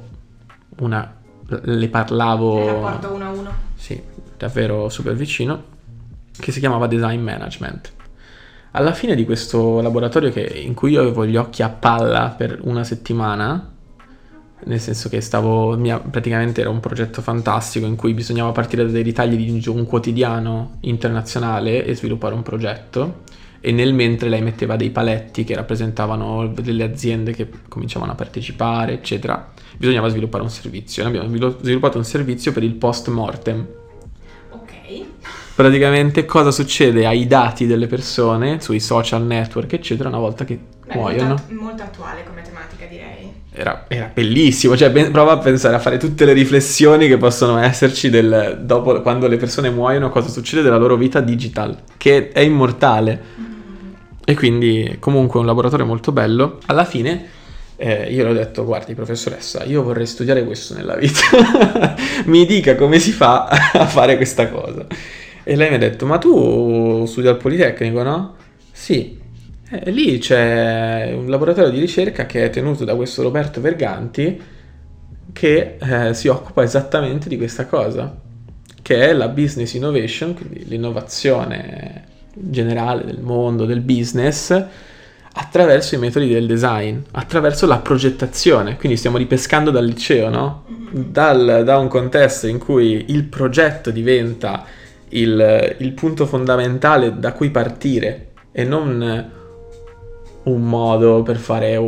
le parlavo... Il rapporto 1 a 1. Sì, davvero super vicino, che si chiamava Design Management. Alla fine di questo laboratorio in cui io avevo gli occhi a palla per una settimana, nel senso che praticamente era un progetto fantastico in cui bisognava partire da dei ritagli di un quotidiano internazionale e sviluppare un progetto, e nel mentre lei metteva dei paletti che rappresentavano delle aziende che cominciavano a partecipare, eccetera. Bisognava sviluppare un servizio. Noi abbiamo sviluppato un servizio per il post-mortem. Ok. Praticamente cosa succede ai dati delle persone sui social network, eccetera, una volta che muoiono. Molto attuale come tematica, direi. Era bellissimo, prova a pensare, a fare tutte le riflessioni che possono esserci dopo, quando le persone muoiono, cosa succede della loro vita digital, che è immortale. E quindi comunque un laboratorio molto bello. Alla fine io le ho detto: guardi professoressa, io vorrei studiare questo nella vita, mi dica come si fa a fare questa cosa. E lei mi ha detto: ma tu studi al Politecnico, no? Sì. Lì c'è un laboratorio di ricerca che è tenuto da questo Roberto Verganti, che si occupa esattamente di questa cosa, che è la business innovation, quindi l'innovazione generale del mondo del business attraverso i metodi del design, attraverso la progettazione. Quindi stiamo ripescando dal liceo, no? Da un contesto in cui il progetto diventa il punto fondamentale da cui partire e non un modo per fare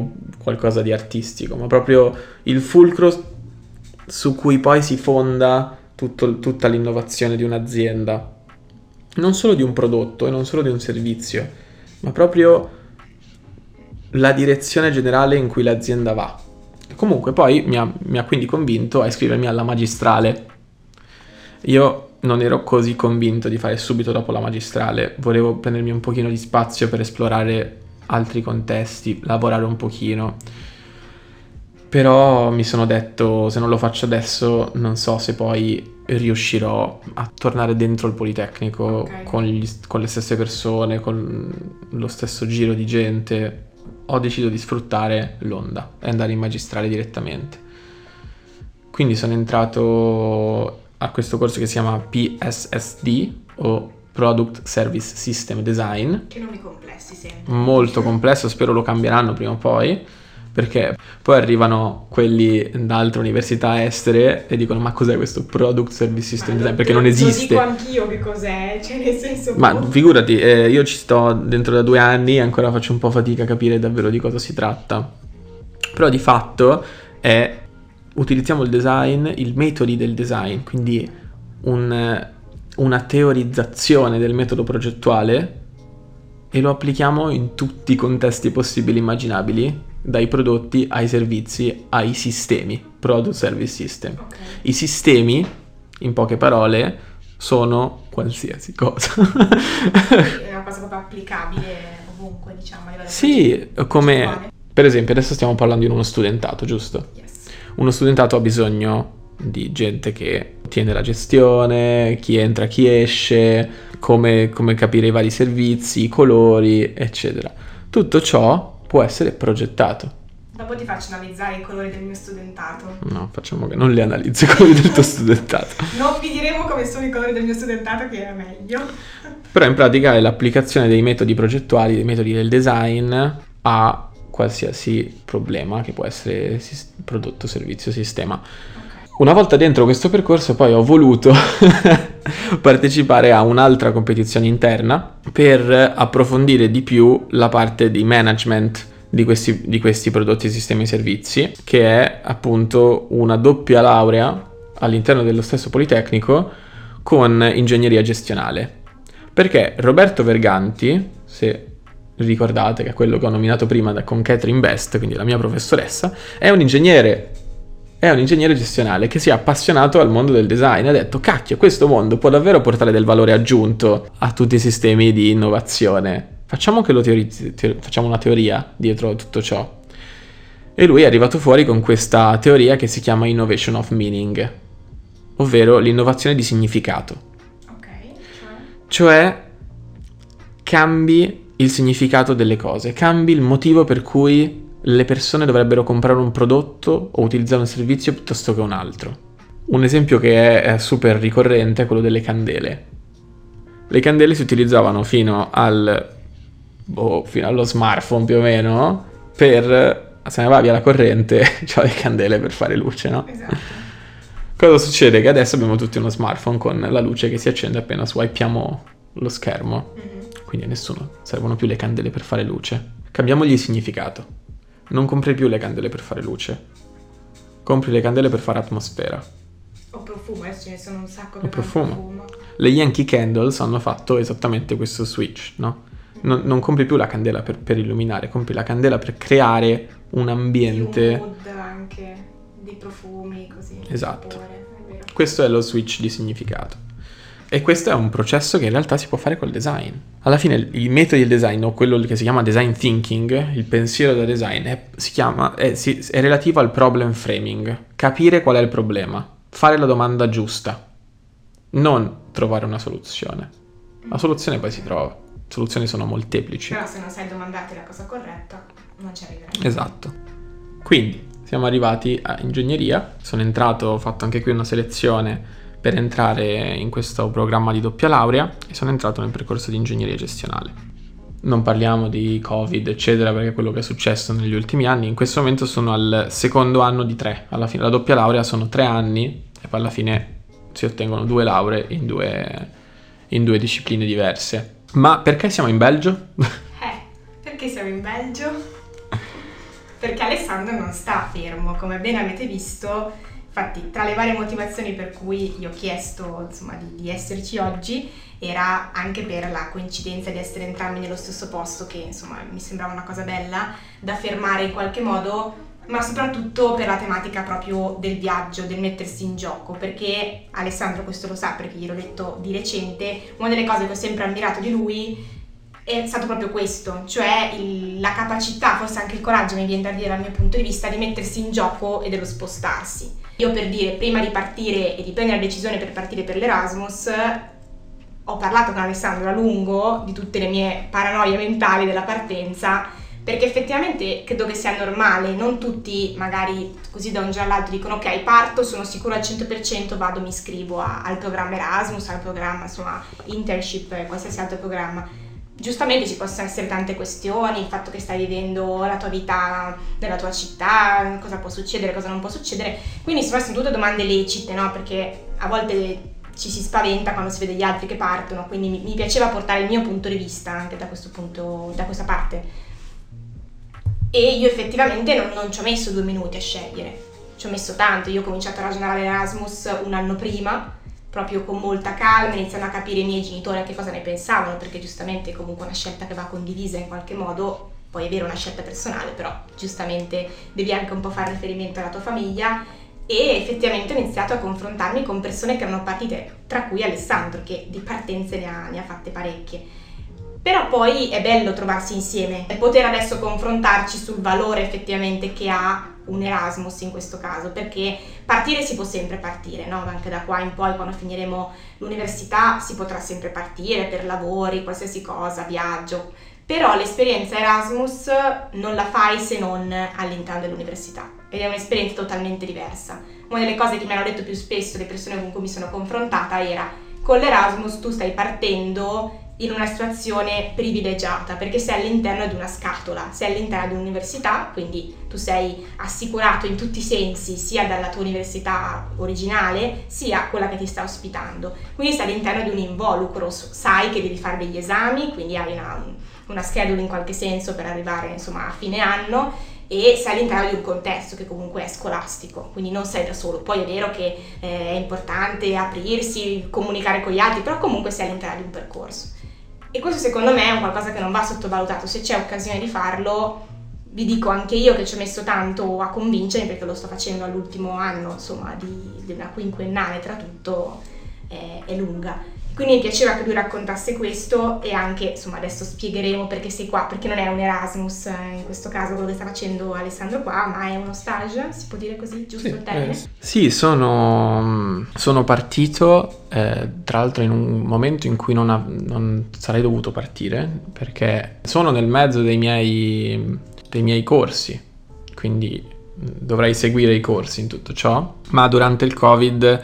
qualcosa di artistico, ma proprio il fulcro su cui poi si fonda tutta l'innovazione di un'azienda. Non solo di un prodotto e non solo di un servizio, ma proprio la direzione generale in cui l'azienda va. Comunque poi mi ha quindi convinto a iscrivermi alla magistrale. Io non ero così convinto di fare subito dopo la magistrale, volevo prendermi un pochino di spazio per esplorare altri contesti, lavorare un pochino. Però mi sono detto, se non lo faccio adesso, non so se poi riuscirò a tornare dentro il Politecnico con le stesse persone, con lo stesso giro di gente. Ho deciso di sfruttare l'onda e andare in magistrale direttamente. Quindi sono entrato a questo corso che si chiama PSSD o Product Service System Design. Che nomi complessi sempre. Molto complesso, spero lo cambieranno prima o poi, perché poi arrivano quelli da altre università estere e dicono: ma cos'è questo Product Service System Design? Perché non esiste. Lo dico anch'io che cos'è, cioè nel senso... Ma figurati, io ci sto dentro da 2 anni e ancora faccio un po' fatica a capire davvero di cosa si tratta. Però di fatto utilizziamo il design, i metodi del design, quindi una teorizzazione del metodo progettuale, e lo applichiamo in tutti i contesti possibili e immaginabili, dai prodotti ai servizi ai sistemi, Product Service System. Okay. I sistemi, in poche parole, sono qualsiasi cosa. È una cosa proprio applicabile ovunque, diciamo. A livello Sì, come per esempio adesso stiamo parlando di uno studentato, giusto? Yes. Uno studentato ha bisogno di gente che tiene la gestione, chi entra, chi esce, come capire i vari servizi, i colori, eccetera. Tutto ciò può essere progettato. Dopo ti faccio analizzare i colori del mio studentato. No, facciamo che non li analizzi i colori del tuo studentato. Non vi diremo come sono i colori del mio studentato, che è meglio. Però in pratica è l'applicazione dei metodi progettuali, dei metodi del design a qualsiasi problema che può essere prodotto, servizio, sistema. Una volta dentro questo percorso poi ho voluto partecipare a un'altra competizione interna per approfondire di più la parte di management di questi prodotti, sistemi e servizi, che è appunto una doppia laurea all'interno dello stesso Politecnico con ingegneria gestionale. Perché Roberto Verganti, se ricordate che è quello che ho nominato prima con Catherine Best, quindi la mia professoressa, è un ingegnere gestionale che si è appassionato al mondo del design e ha detto: cacchio, questo mondo può davvero portare del valore aggiunto a tutti i sistemi di innovazione, facciamo che lo teorizzi, facciamo una teoria dietro a tutto ciò. E lui è arrivato fuori con questa teoria che si chiama Innovation of Meaning, ovvero l'innovazione di significato. Ok, cioè cambi il significato delle cose, cambi il motivo per cui le persone dovrebbero comprare un prodotto o utilizzare un servizio piuttosto che un altro. Un esempio che è super ricorrente è quello delle candele. Le candele si utilizzavano fino allo smartphone più o meno, per, se ne va via la corrente, c'ho le candele per fare luce, no? esatto. Cosa succede? Che adesso abbiamo tutti uno smartphone con la luce che si accende appena swipiamo lo schermo. Quindi a nessuno servono più le candele per fare luce. Cambiamogli il significato. Non compri più le candele per fare luce, compri le candele per fare atmosfera. O profumo, ce ne sono un sacco che profumo. Le Yankee Candles hanno fatto esattamente questo switch, no? Non compri più la candela per illuminare, compri la candela per creare un ambiente. Un mood anche di profumi, così. Esatto. Sapore, è vero. Questo è lo switch di significato. E questo è un processo che in realtà si può fare col design. Alla fine i metodi del design, o quello che si chiama design thinking, il pensiero da design, è relativo al problem framing. Capire qual è il problema, fare la domanda giusta, non trovare una soluzione. La soluzione poi si trova, soluzioni sono molteplici. Però se non sai domandarti la cosa corretta, non ci arriverai. Esatto. Quindi siamo arrivati a ingegneria, sono entrato, ho fatto anche qui una selezione per entrare in questo programma di doppia laurea e sono entrato nel percorso di ingegneria gestionale. Non parliamo di Covid, eccetera, perché è quello che è successo negli ultimi anni. In questo momento sono al secondo anno di 3. Alla fine la doppia laurea sono 3 anni e poi alla fine si ottengono 2 lauree in due discipline diverse. Ma perché siamo in Belgio? Perché siamo in Belgio? perché Alessandro non sta fermo, come bene avete visto. Infatti, tra le varie motivazioni per cui gli ho chiesto, insomma, di esserci oggi, era anche per la coincidenza di essere entrambi nello stesso posto, che insomma mi sembrava una cosa bella da fermare in qualche modo, ma soprattutto per la tematica proprio del viaggio, del mettersi in gioco, perché Alessandro questo lo sa perché gliel'ho detto di recente, una delle cose che ho sempre ammirato di lui è stato proprio questo, cioè la capacità, forse anche il coraggio, mi viene da dire dal mio punto di vista, di mettersi in gioco e dello spostarsi. Io, per dire, prima di partire e di prendere la decisione per partire per l'Erasmus, ho parlato con Alessandro a lungo di tutte le mie paranoie mentali della partenza, perché effettivamente credo che sia normale, non tutti magari così da un giorno all'altro dicono ok, parto, sono sicuro al 100%, vado, mi iscrivo al programma Erasmus, al programma insomma internship, qualsiasi altro programma. Giustamente ci possono essere tante questioni, il fatto che stai vivendo la tua vita nella tua città, cosa può succedere, cosa non può succedere, quindi sono tutte domande lecite, no? Perché a volte ci si spaventa quando si vede gli altri che partono, quindi mi piaceva portare il mio punto di vista anche da questo punto, da questa parte. E io effettivamente non ci ho messo 2 minuti a scegliere, ci ho messo tanto. Io ho cominciato a ragionare all'Erasmus un anno prima, proprio con molta calma, iniziando a capire i miei genitori a che cosa ne pensavano, perché giustamente è comunque una scelta che va condivisa in qualche modo, poi è vero, una scelta personale, però giustamente devi anche un po' fare riferimento alla tua famiglia, e effettivamente ho iniziato a confrontarmi con persone che erano partite, tra cui Alessandro, che di partenze ne ha fatte parecchie. Però poi è bello trovarsi insieme e poter adesso confrontarci sul valore effettivamente che ha un Erasmus in questo caso, perché partire si può sempre partire, no? Anche da qua in poi, quando finiremo l'università, si potrà sempre partire per lavori, qualsiasi cosa, viaggio, però l'esperienza Erasmus non la fai se non all'interno dell'università, ed è un'esperienza totalmente diversa. Una delle cose che mi hanno detto più spesso le persone con cui mi sono confrontata era: con l'Erasmus tu stai partendo in una situazione privilegiata, perché sei all'interno di una scatola, sei all'interno di un'università, quindi tu sei assicurato in tutti i sensi, sia dalla tua università originale, sia quella che ti sta ospitando. Quindi sei all'interno di un involucro, sai che devi fare degli esami, quindi hai una schedule in qualche senso per arrivare insomma a fine anno, e sei all'interno di un contesto che comunque è scolastico, quindi non sei da solo. Poi è vero che è importante aprirsi, comunicare con gli altri, però comunque sei all'interno di un percorso. E questo secondo me è un qualcosa che non va sottovalutato. Se c'è occasione di farlo, vi dico anche io che ci ho messo tanto a convincermi, perché lo sto facendo all'ultimo anno, insomma, di una quinquennale, tra tutto è lunga. Quindi mi piaceva che lui raccontasse questo, e anche, insomma, adesso spiegheremo perché sei qua, perché non è un Erasmus in questo caso quello che sta facendo Alessandro qua, ma è uno stage, si può dire così, giusto il termine? Sì, sono partito, tra l'altro in un momento in cui non sarei dovuto partire, perché sono nel mezzo dei miei corsi, quindi dovrei seguire i corsi in tutto ciò, ma durante il Covid,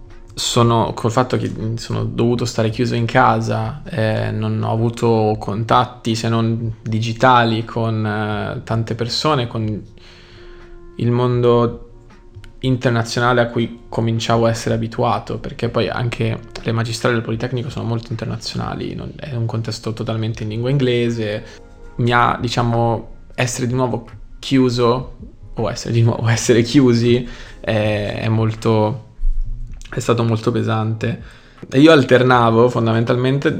col fatto che sono dovuto stare chiuso in casa, non ho avuto contatti se non digitali con tante persone, con il mondo internazionale a cui cominciavo a essere abituato, perché poi anche le magistrali del Politecnico sono molto internazionali, è un contesto totalmente in lingua inglese. Mi ha, diciamo, essere di nuovo chiuso o essere chiusi è stato molto pesante. E io alternavo fondamentalmente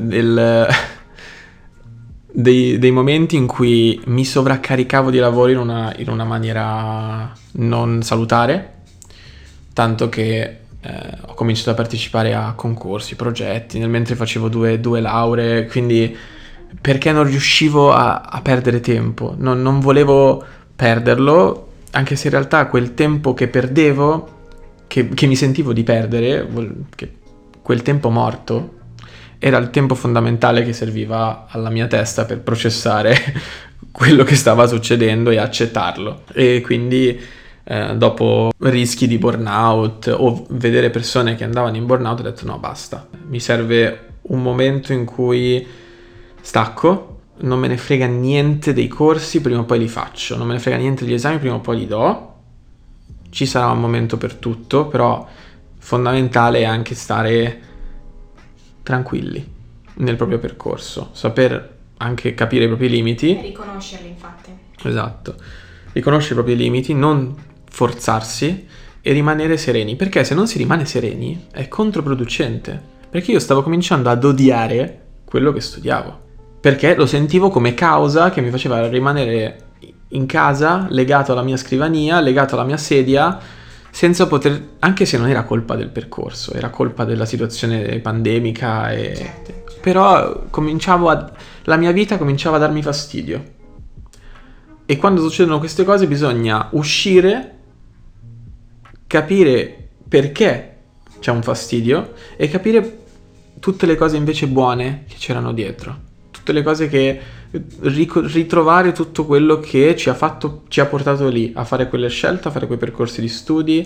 dei momenti in cui mi sovraccaricavo di lavoro in una maniera non salutare, tanto che ho cominciato a partecipare a concorsi, progetti, nel mentre facevo due lauree, quindi perché non riuscivo a perdere tempo, non volevo perderlo, anche se in realtà quel tempo che perdevo, che mi sentivo di perdere, che quel tempo morto, era il tempo fondamentale che serviva alla mia testa per processare quello che stava succedendo e accettarlo. E quindi dopo rischi di burnout o vedere persone che andavano in burnout, ho detto no, basta, mi serve un momento in cui stacco, non me ne frega niente dei corsi, prima o poi li faccio, non me ne frega niente degli esami, prima o poi li do. Ci sarà un momento per tutto, però fondamentale è anche stare tranquilli nel proprio percorso, saper anche capire i propri limiti. E riconoscerli, infatti. Esatto. riconoscere i propri limiti, non forzarsi e rimanere sereni, perché se non si rimane sereni è controproducente, perché io stavo cominciando ad odiare quello che studiavo, perché lo sentivo come causa che mi faceva rimanere in casa, legato alla mia scrivania, legato alla mia sedia, senza poter, anche se non era colpa del percorso, era colpa della situazione pandemica, Certo. però la mia vita cominciava a darmi fastidio. E quando succedono queste cose bisogna uscire, capire perché c'è un fastidio e capire tutte le cose invece buone che c'erano dietro, tutte le cose che ritrovare tutto quello che ci ha portato lì, a fare quelle scelte, a fare quei percorsi di studi,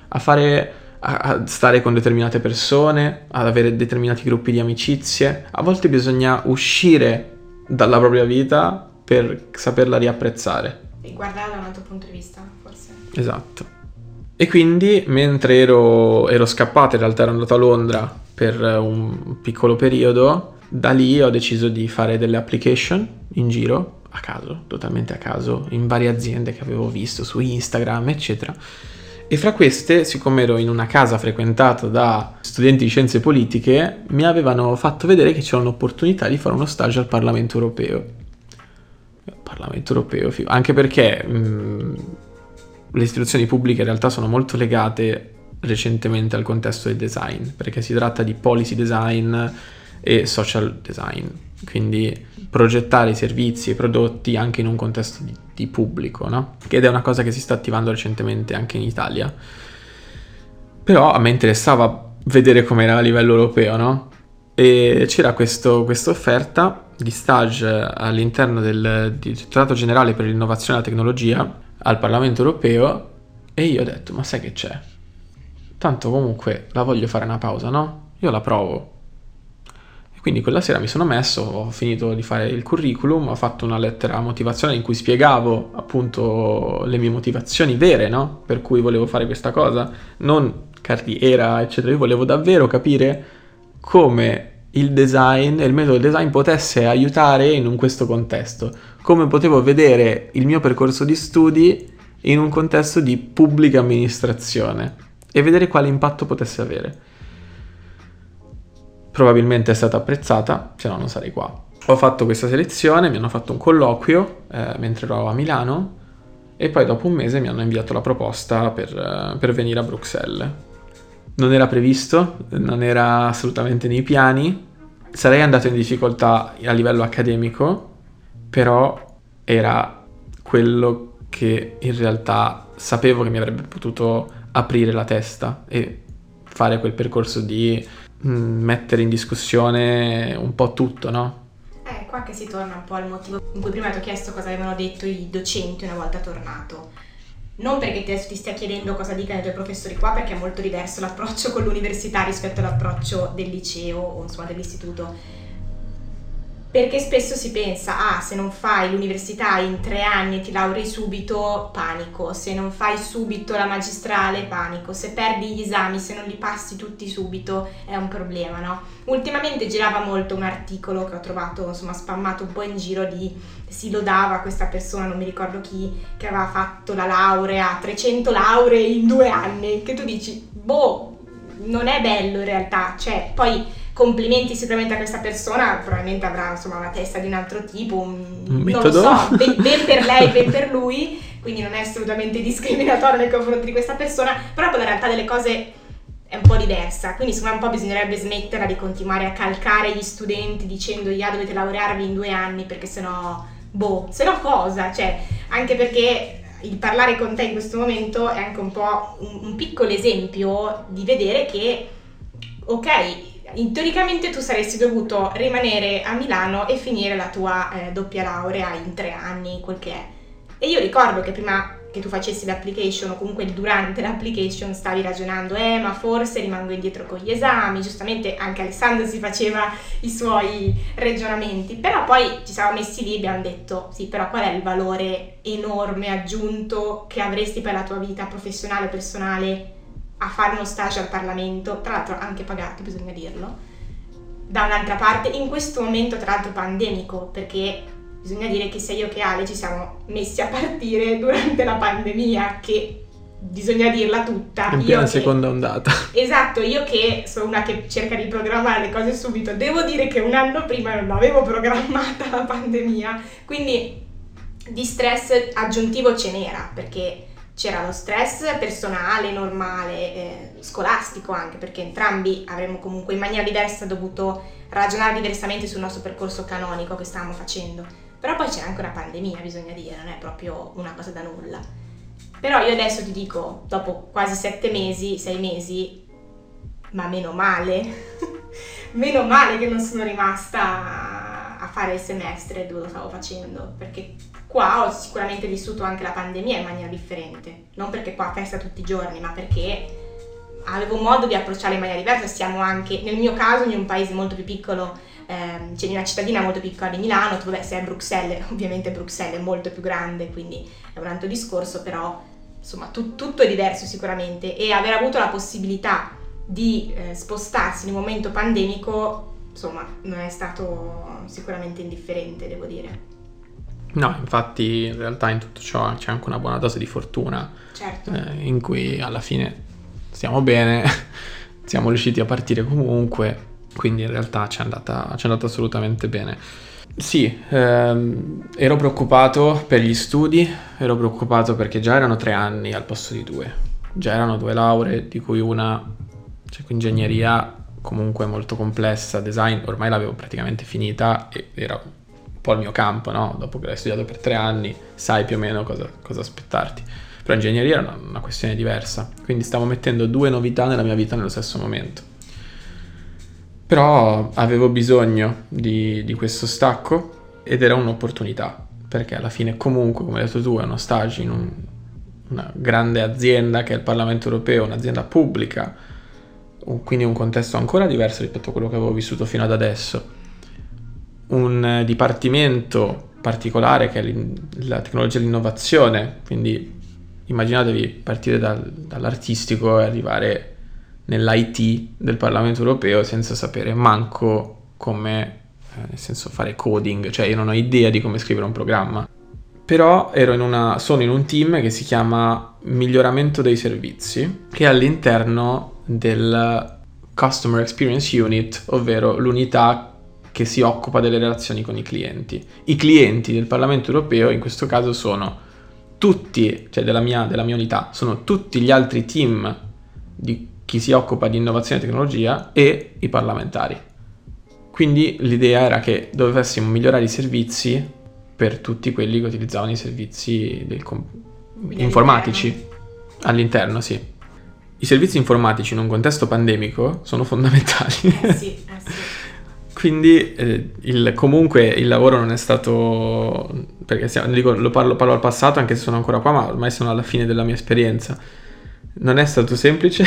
a stare con determinate persone, ad avere determinati gruppi di amicizie. A volte bisogna uscire dalla propria vita per saperla riapprezzare. E guardare da un altro punto di vista, forse. Esatto. E quindi mentre ero scappato, in realtà ero andato a Londra per un piccolo periodo, da lì ho deciso di fare delle application in giro, a caso, totalmente a caso, in varie aziende che avevo visto su Instagram, eccetera. E fra queste, siccome ero in una casa frequentata da studenti di scienze politiche, mi avevano fatto vedere che c'era un'opportunità di fare uno stage al Parlamento Europeo. Parlamento Europeo, anche perché le istituzioni pubbliche in realtà sono molto legate recentemente al contesto del design, perché si tratta di policy design e social design, quindi progettare i servizi e i prodotti anche in un contesto di pubblico, no? Ed è una cosa che si sta attivando recentemente anche in Italia. Però a me interessava vedere com'era a livello europeo, no? E c'era questa offerta di stage all'interno del Direttorato Generale per l'Innovazione e la Tecnologia al Parlamento Europeo, e io ho detto, ma sai che c'è? Tanto comunque la voglio fare una pausa, no? Io la provo. E quindi quella sera mi sono messo, ho finito di fare il curriculum, ho fatto una lettera motivazionale in cui spiegavo appunto le mie motivazioni vere, no? Per cui volevo fare questa cosa, non carriera, eccetera. Io volevo davvero capire come il design e il metodo del design potesse aiutare in questo contesto, come potevo vedere il mio percorso di studi in un contesto di pubblica amministrazione e vedere quale impatto potesse avere. Probabilmente è stata apprezzata, se no non sarei qua. Ho fatto questa selezione, mi hanno fatto un colloquio mentre ero a Milano e poi dopo un mese mi hanno inviato la proposta per venire a Bruxelles. Non era previsto, non era assolutamente nei piani, sarei andato in difficoltà a livello accademico, però era quello che in realtà sapevo che mi avrebbe potuto aprire la testa e fare quel percorso di mettere in discussione un po' tutto, no? Qua che si torna un po' al motivo in cui prima ti ho chiesto cosa avevano detto i docenti una volta tornato. Non perché ti stia chiedendo cosa dicano i tuoi professori qua, perché è molto diverso l'approccio con l'università rispetto all'approccio del liceo o insomma dell'istituto. Perché spesso si pensa, se non fai l'università in 3 anni e ti laurei subito, panico. Se non fai subito la magistrale, panico. Se perdi gli esami, se non li passi tutti subito, è un problema, no? Ultimamente girava molto un articolo che ho trovato, insomma, spammato un po' in giro si lodava questa persona, non mi ricordo chi, che aveva fatto la laurea, 300 lauree in 2 anni, che tu dici, non è bello in realtà, cioè, poi complimenti sicuramente a questa persona, probabilmente avrà insomma una testa di un altro tipo, non lo so, ben per lei, ben per lui, quindi non è assolutamente discriminatorio nei confronti di questa persona, però poi la realtà delle cose è un po' diversa, quindi secondo me un po' bisognerebbe smetterla di continuare a calcare gli studenti dicendo dovete laurearvi in 2 anni perché sennò cosa, cioè anche perché il parlare con te in questo momento è anche un po' un piccolo esempio di vedere che teoricamente tu saresti dovuto rimanere a Milano e finire la tua doppia laurea in 3 anni, quel che è. E io ricordo che prima che tu facessi l'application o comunque durante l'application stavi ragionando ma forse rimango indietro con gli esami, giustamente anche Alessandro si faceva i suoi ragionamenti, però poi ci siamo messi lì e abbiamo detto sì, però qual è il valore enorme aggiunto che avresti per la tua vita professionale, personale a fare uno stage al Parlamento, tra l'altro anche pagato, bisogna dirlo, da un'altra parte, in questo momento tra l'altro pandemico, perché Bisogna dire che sia io che Ale ci siamo messi a partire durante la pandemia, che bisogna dirla tutta. In piena seconda ondata. Esatto, io che sono una che cerca di programmare le cose subito, devo dire che un anno prima non l'avevo programmata la pandemia, quindi di stress aggiuntivo ce n'era, perché c'era lo stress personale, normale, scolastico anche, perché entrambi avremmo comunque in maniera diversa dovuto ragionare diversamente sul nostro percorso canonico che stavamo facendo. Però poi c'era anche una pandemia, bisogna dire, non è proprio una cosa da nulla. Però io adesso ti dico, dopo quasi 6 mesi, ma meno male, meno male che non sono rimasta a fare il semestre dove lo stavo facendo, perché qua ho sicuramente vissuto anche la pandemia in maniera differente, non perché qua festa tutti i giorni, ma perché avevo modo di approcciare in maniera diversa. Siamo anche, nel mio caso, in un paese molto più piccolo, cioè in una cittadina molto piccola di Milano. Tu, se è Bruxelles, ovviamente Bruxelles è molto più grande, quindi è un altro discorso, però insomma tutto è diverso sicuramente, e aver avuto la possibilità di spostarsi in un momento pandemico, insomma, non è stato sicuramente indifferente, devo dire. No, infatti in realtà in tutto ciò c'è anche una buona dose di fortuna, certo. In cui alla fine stiamo bene, siamo riusciti a partire comunque, quindi in realtà ci è andata assolutamente bene. Sì, ero preoccupato per gli studi, ero preoccupato perché già erano 3 anni al posto di 2, già erano 2 lauree, di cui una, cioè ingegneria comunque molto complessa, design ormai l'avevo praticamente finita e era un po' il mio campo, no? Dopo che l'hai studiato per 3 anni sai più o meno cosa aspettarti. Però ingegneria era una questione diversa, quindi stavo mettendo 2 novità nella mia vita nello stesso momento. Però avevo bisogno di questo stacco ed era un'opportunità, perché alla fine comunque, come hai detto tu, è uno stage in una grande azienda che è il Parlamento Europeo, un'azienda pubblica, quindi un contesto ancora diverso rispetto a quello che avevo vissuto fino ad adesso. Un dipartimento particolare che è la tecnologia e l'innovazione, quindi immaginatevi partire dall'artistico e arrivare nell'IT del Parlamento Europeo senza sapere manco come, nel senso, fare coding, cioè io non ho idea di come scrivere un programma. Però sono in un team che si chiama Miglioramento dei servizi, che è all'interno del Customer Experience Unit, ovvero l'unità che si occupa delle relazioni con i clienti. I clienti del Parlamento Europeo in questo caso sono tutti, cioè della mia unità, sono tutti gli altri team di chi si occupa di innovazione e tecnologia e i parlamentari. Quindi l'idea era che dovessimo migliorare i servizi per tutti quelli che utilizzavano i servizi informatici all'interno, sì. I servizi informatici in un contesto pandemico sono fondamentali. Sì. Quindi comunque il lavoro non è stato, perché lo parlo al passato anche se sono ancora qua, ma ormai sono alla fine della mia esperienza. Non è stato semplice,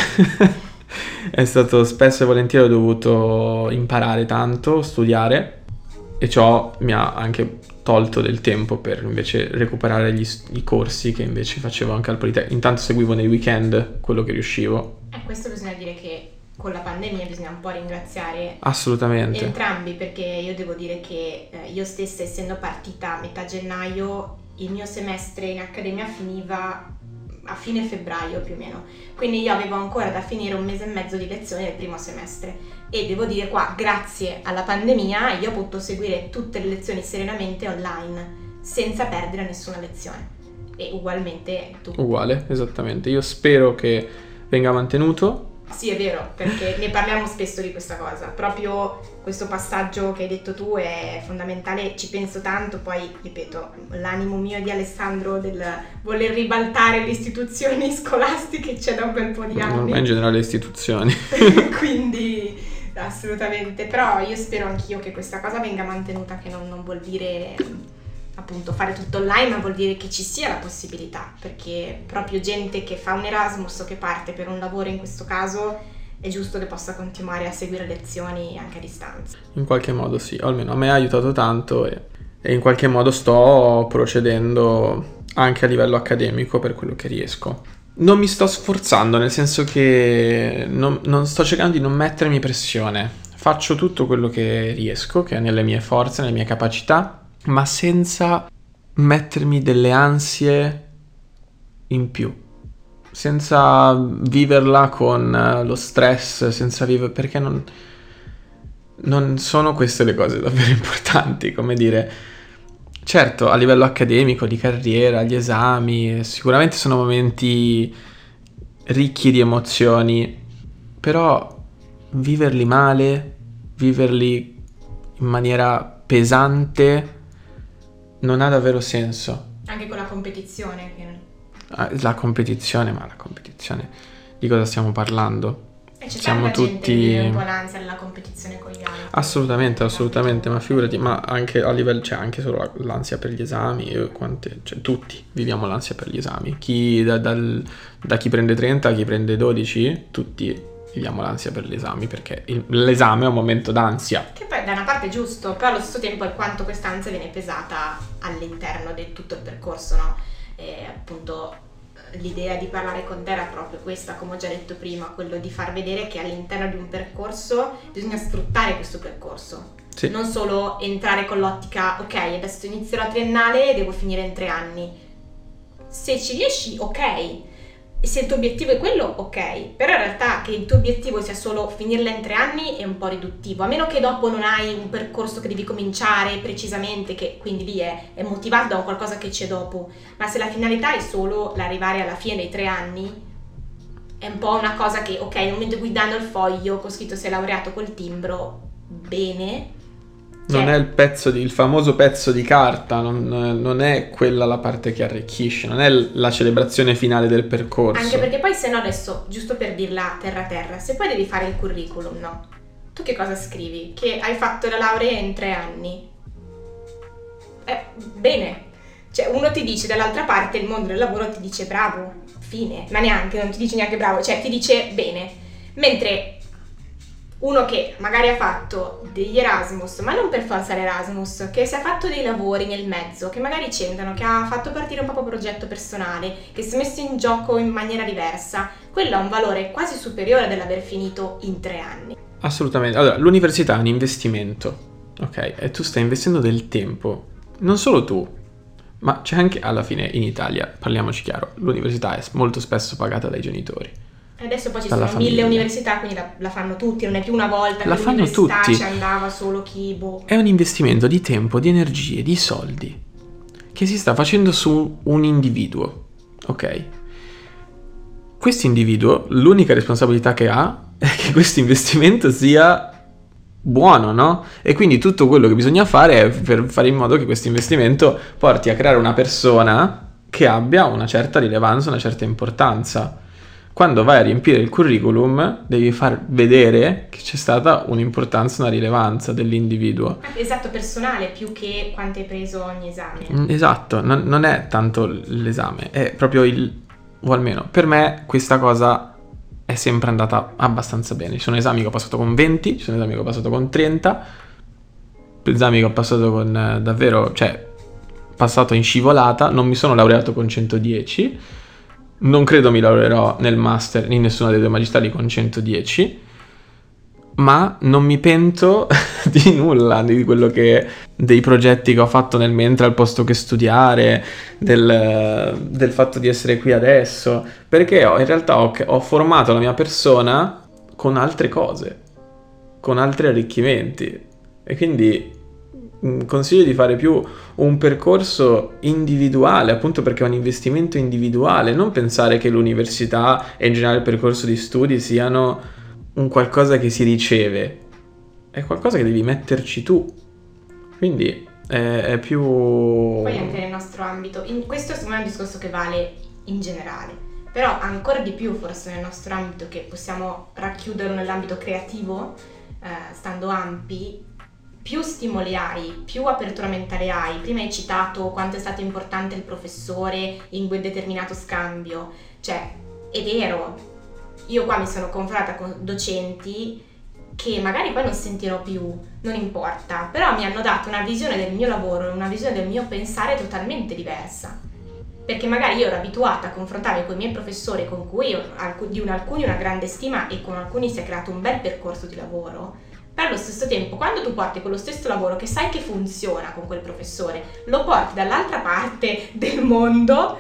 è stato spesso e volentieri ho dovuto imparare tanto, studiare, e ciò mi ha anche tolto del tempo per invece recuperare i corsi che invece facevo anche al Politecnico. Intanto seguivo nei weekend quello che riuscivo. E questo bisogna dire che con la pandemia bisogna un po' ringraziare assolutamente entrambi, perché io devo dire che io stessa, essendo partita a metà gennaio, il mio semestre in accademia finiva a fine febbraio più o meno, quindi io avevo ancora da finire 1 mese e mezzo di lezioni del primo semestre, e devo dire qua, grazie alla pandemia, io ho potuto seguire tutte le lezioni serenamente online senza perdere nessuna lezione, e ugualmente tu. Uguale, esattamente. Io spero che venga mantenuto. Sì, è vero, perché ne parliamo spesso di questa cosa, proprio questo passaggio che hai detto tu è fondamentale, ci penso tanto, poi ripeto, l'animo mio e di Alessandro del voler ribaltare le istituzioni scolastiche c'è da un bel po' di anni. Ma in generale le istituzioni. Quindi assolutamente, però io spero anch'io che questa cosa venga mantenuta, che non vuol dire appunto fare tutto online, ma vuol dire che ci sia la possibilità, perché proprio gente che fa un Erasmus o che parte per un lavoro in questo caso è giusto che possa continuare a seguire lezioni anche a distanza. In qualche modo sì, o almeno a me ha aiutato tanto e in qualche modo sto procedendo anche a livello accademico per quello che riesco. Non mi sto sforzando, nel senso che non sto cercando di non mettermi pressione, faccio tutto quello che riesco, che è nelle mie forze, nelle mie capacità. ma senza mettermi delle ansie in più, senza viverla con lo stress, perché non sono queste le cose davvero importanti, come dire. Certo, a livello accademico, di carriera, gli esami, sicuramente sono momenti ricchi di emozioni, però viverli male, viverli in maniera pesante, non ha davvero senso. Anche con la competizione. La competizione, di cosa stiamo parlando? E c'è Siamo tanta gente che tutti... vive un po' l'ansia della competizione con gli altri. Assolutamente, ma figurati, ma anche a livello, c'è anche solo l'ansia per gli esami, cioè tutti viviamo l'ansia per gli esami, da chi prende 30 a chi prende 12, tutti viviamo l'ansia per gli esami, perché l'esame è un momento d'ansia. Che poi da una parte è giusto, però allo stesso tempo è quanto quest'ansia viene pesata all'interno di tutto il percorso, no? E appunto l'idea di parlare con te era proprio questa, come ho già detto prima, quello di far vedere che all'interno di un percorso bisogna sfruttare questo percorso. Sì. Non solo entrare con l'ottica, ok, adesso inizio la triennale e devo finire in 3 anni. Se ci riesci, ok. E se il tuo obiettivo è quello, ok. Però in realtà che il tuo obiettivo sia solo finirla in 3 anni è un po' riduttivo, a meno che dopo non hai un percorso che devi cominciare precisamente, che quindi lì è motivato da un qualcosa che c'è dopo. Ma se la finalità è solo l'arrivare alla fine dei 3 anni, è un po' una cosa che, ok, nel momento in cui danno il foglio con scritto sei laureato col timbro, bene. Non è il famoso pezzo di carta, non è quella la parte che arricchisce, non è la celebrazione finale del percorso. Anche perché poi se no adesso, giusto per dirla terra, se poi devi fare il curriculum, no? Tu che cosa scrivi? Che hai fatto la laurea in 3 anni. Bene. Cioè uno ti dice dall'altra parte, il mondo del lavoro ti dice bravo, fine. Ma neanche, non ti dice neanche bravo, cioè ti dice bene. Mentre uno che magari ha fatto degli Erasmus, ma non per forza l'Erasmus, che si è fatto dei lavori nel mezzo, che magari c'entrano, che ha fatto partire un proprio progetto personale, che si è messo in gioco in maniera diversa, quello ha un valore quasi superiore dell'aver finito in 3 anni. Assolutamente. Allora, l'università è un investimento, ok? E tu stai investendo del tempo, non solo tu, ma c'è anche, alla fine, in Italia, parliamoci chiaro, l'università è molto spesso pagata dai genitori. Adesso poi ci sono 1000 università, quindi la fanno tutti, non è più una volta che l'università ci andava solo chi È un investimento di tempo, di energie, di soldi che si sta facendo su un individuo, ok? Questo individuo, l'unica responsabilità che ha è che questo investimento sia buono, no? E quindi tutto quello che bisogna fare è per fare in modo che questo investimento porti a creare una persona che abbia una certa rilevanza, una certa importanza. Quando vai a riempire il curriculum devi far vedere che c'è stata un'importanza, una rilevanza dell'individuo. Esatto, personale, più che quanto hai preso ogni esame. Esatto, non è tanto l'esame, è proprio o almeno per me questa cosa è sempre andata abbastanza bene. Ci sono esami che ho passato con 20, ci sono esami che ho passato con 30, esami che ho passato con davvero, cioè passato in scivolata, non mi sono laureato con 110. Non credo mi laureerò nel master in nessuna delle 2 magistrali con 110, ma non mi pento di nulla, dei progetti che ho fatto nel mentre al posto che studiare, del fatto di essere qui adesso, perché in realtà ho formato la mia persona con altre cose, con altri arricchimenti, e quindi consiglio di fare più un percorso individuale, appunto perché è un investimento individuale, non pensare che l'università e in generale il percorso di studi siano un qualcosa che si riceve, è qualcosa che devi metterci tu, quindi è più... Poi anche nel nostro ambito, questo secondo me è un discorso che vale in generale, però ancora di più forse nel nostro ambito, che possiamo racchiuderlo nell'ambito creativo, stando ampi. Più stimoli hai, più apertura mentale hai. Prima hai citato quanto è stato importante il professore in quel determinato scambio. Cioè, è vero, io qua mi sono confrontata con docenti che magari poi non sentirò più, non importa, però mi hanno dato una visione del mio lavoro, una visione del mio pensare totalmente diversa. Perché magari io ero abituata a confrontarmi con i miei professori, con cui di alcuni una grande stima e con alcuni si è creato un bel percorso di lavoro. però allo stesso tempo quando tu porti quello stesso lavoro che sai che funziona con quel professore, lo porti dall'altra parte del mondo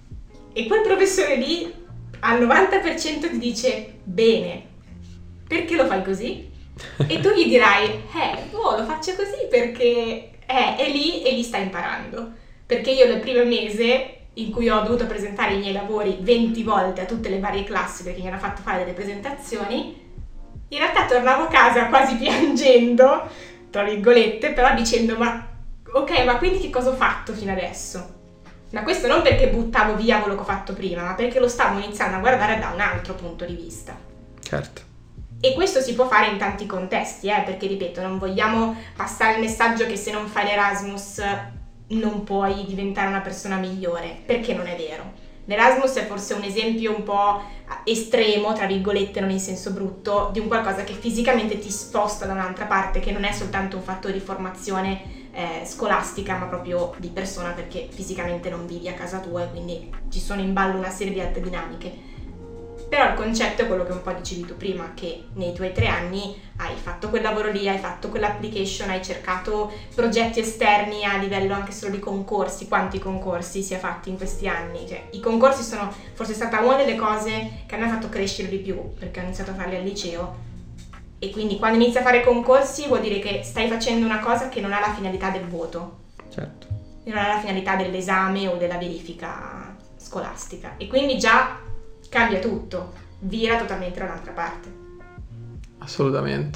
e quel professore lì al 90% ti dice bene, perché lo fai così? E tu gli dirai lo faccio così perché è lì e lì sta imparando, perché io nel primo mese in cui ho dovuto presentare i miei lavori 20 volte a tutte le varie classi perché mi hanno fatto fare delle presentazioni, in realtà tornavo a casa quasi piangendo, tra virgolette, però dicendo ma quindi che cosa ho fatto fino adesso? Ma questo non perché buttavo via quello che ho fatto prima, ma perché lo stavo iniziando a guardare da un altro punto di vista. Certo. E questo si può fare in tanti contesti, perché ripeto, non vogliamo passare il messaggio che se non fai l'Erasmus non puoi diventare una persona migliore, perché non è vero. L'Erasmus è forse un esempio un po' estremo, tra virgolette, non in senso brutto, di un qualcosa che fisicamente ti sposta da un'altra parte, che non è soltanto un fattore di formazione scolastica, ma proprio di persona, perché fisicamente non vivi a casa tua e quindi ci sono in ballo una serie di altre dinamiche. Però il concetto è quello che un po' dicevi tu prima, che nei tuoi 3 anni hai fatto quel lavoro lì, hai fatto quell'application, hai cercato progetti esterni a livello anche solo di concorsi. Quanti concorsi si è fatti in questi anni? Cioè, i concorsi sono forse stata una delle cose che mi ha fatto crescere di più, perché ho iniziato a farli al liceo. E quindi quando inizi a fare concorsi vuol dire che stai facendo una cosa che non ha la finalità del voto. Certo. Non ha la finalità dell'esame o della verifica scolastica. E quindi già cambia tutto, vira totalmente dall'altra parte. Assolutamente.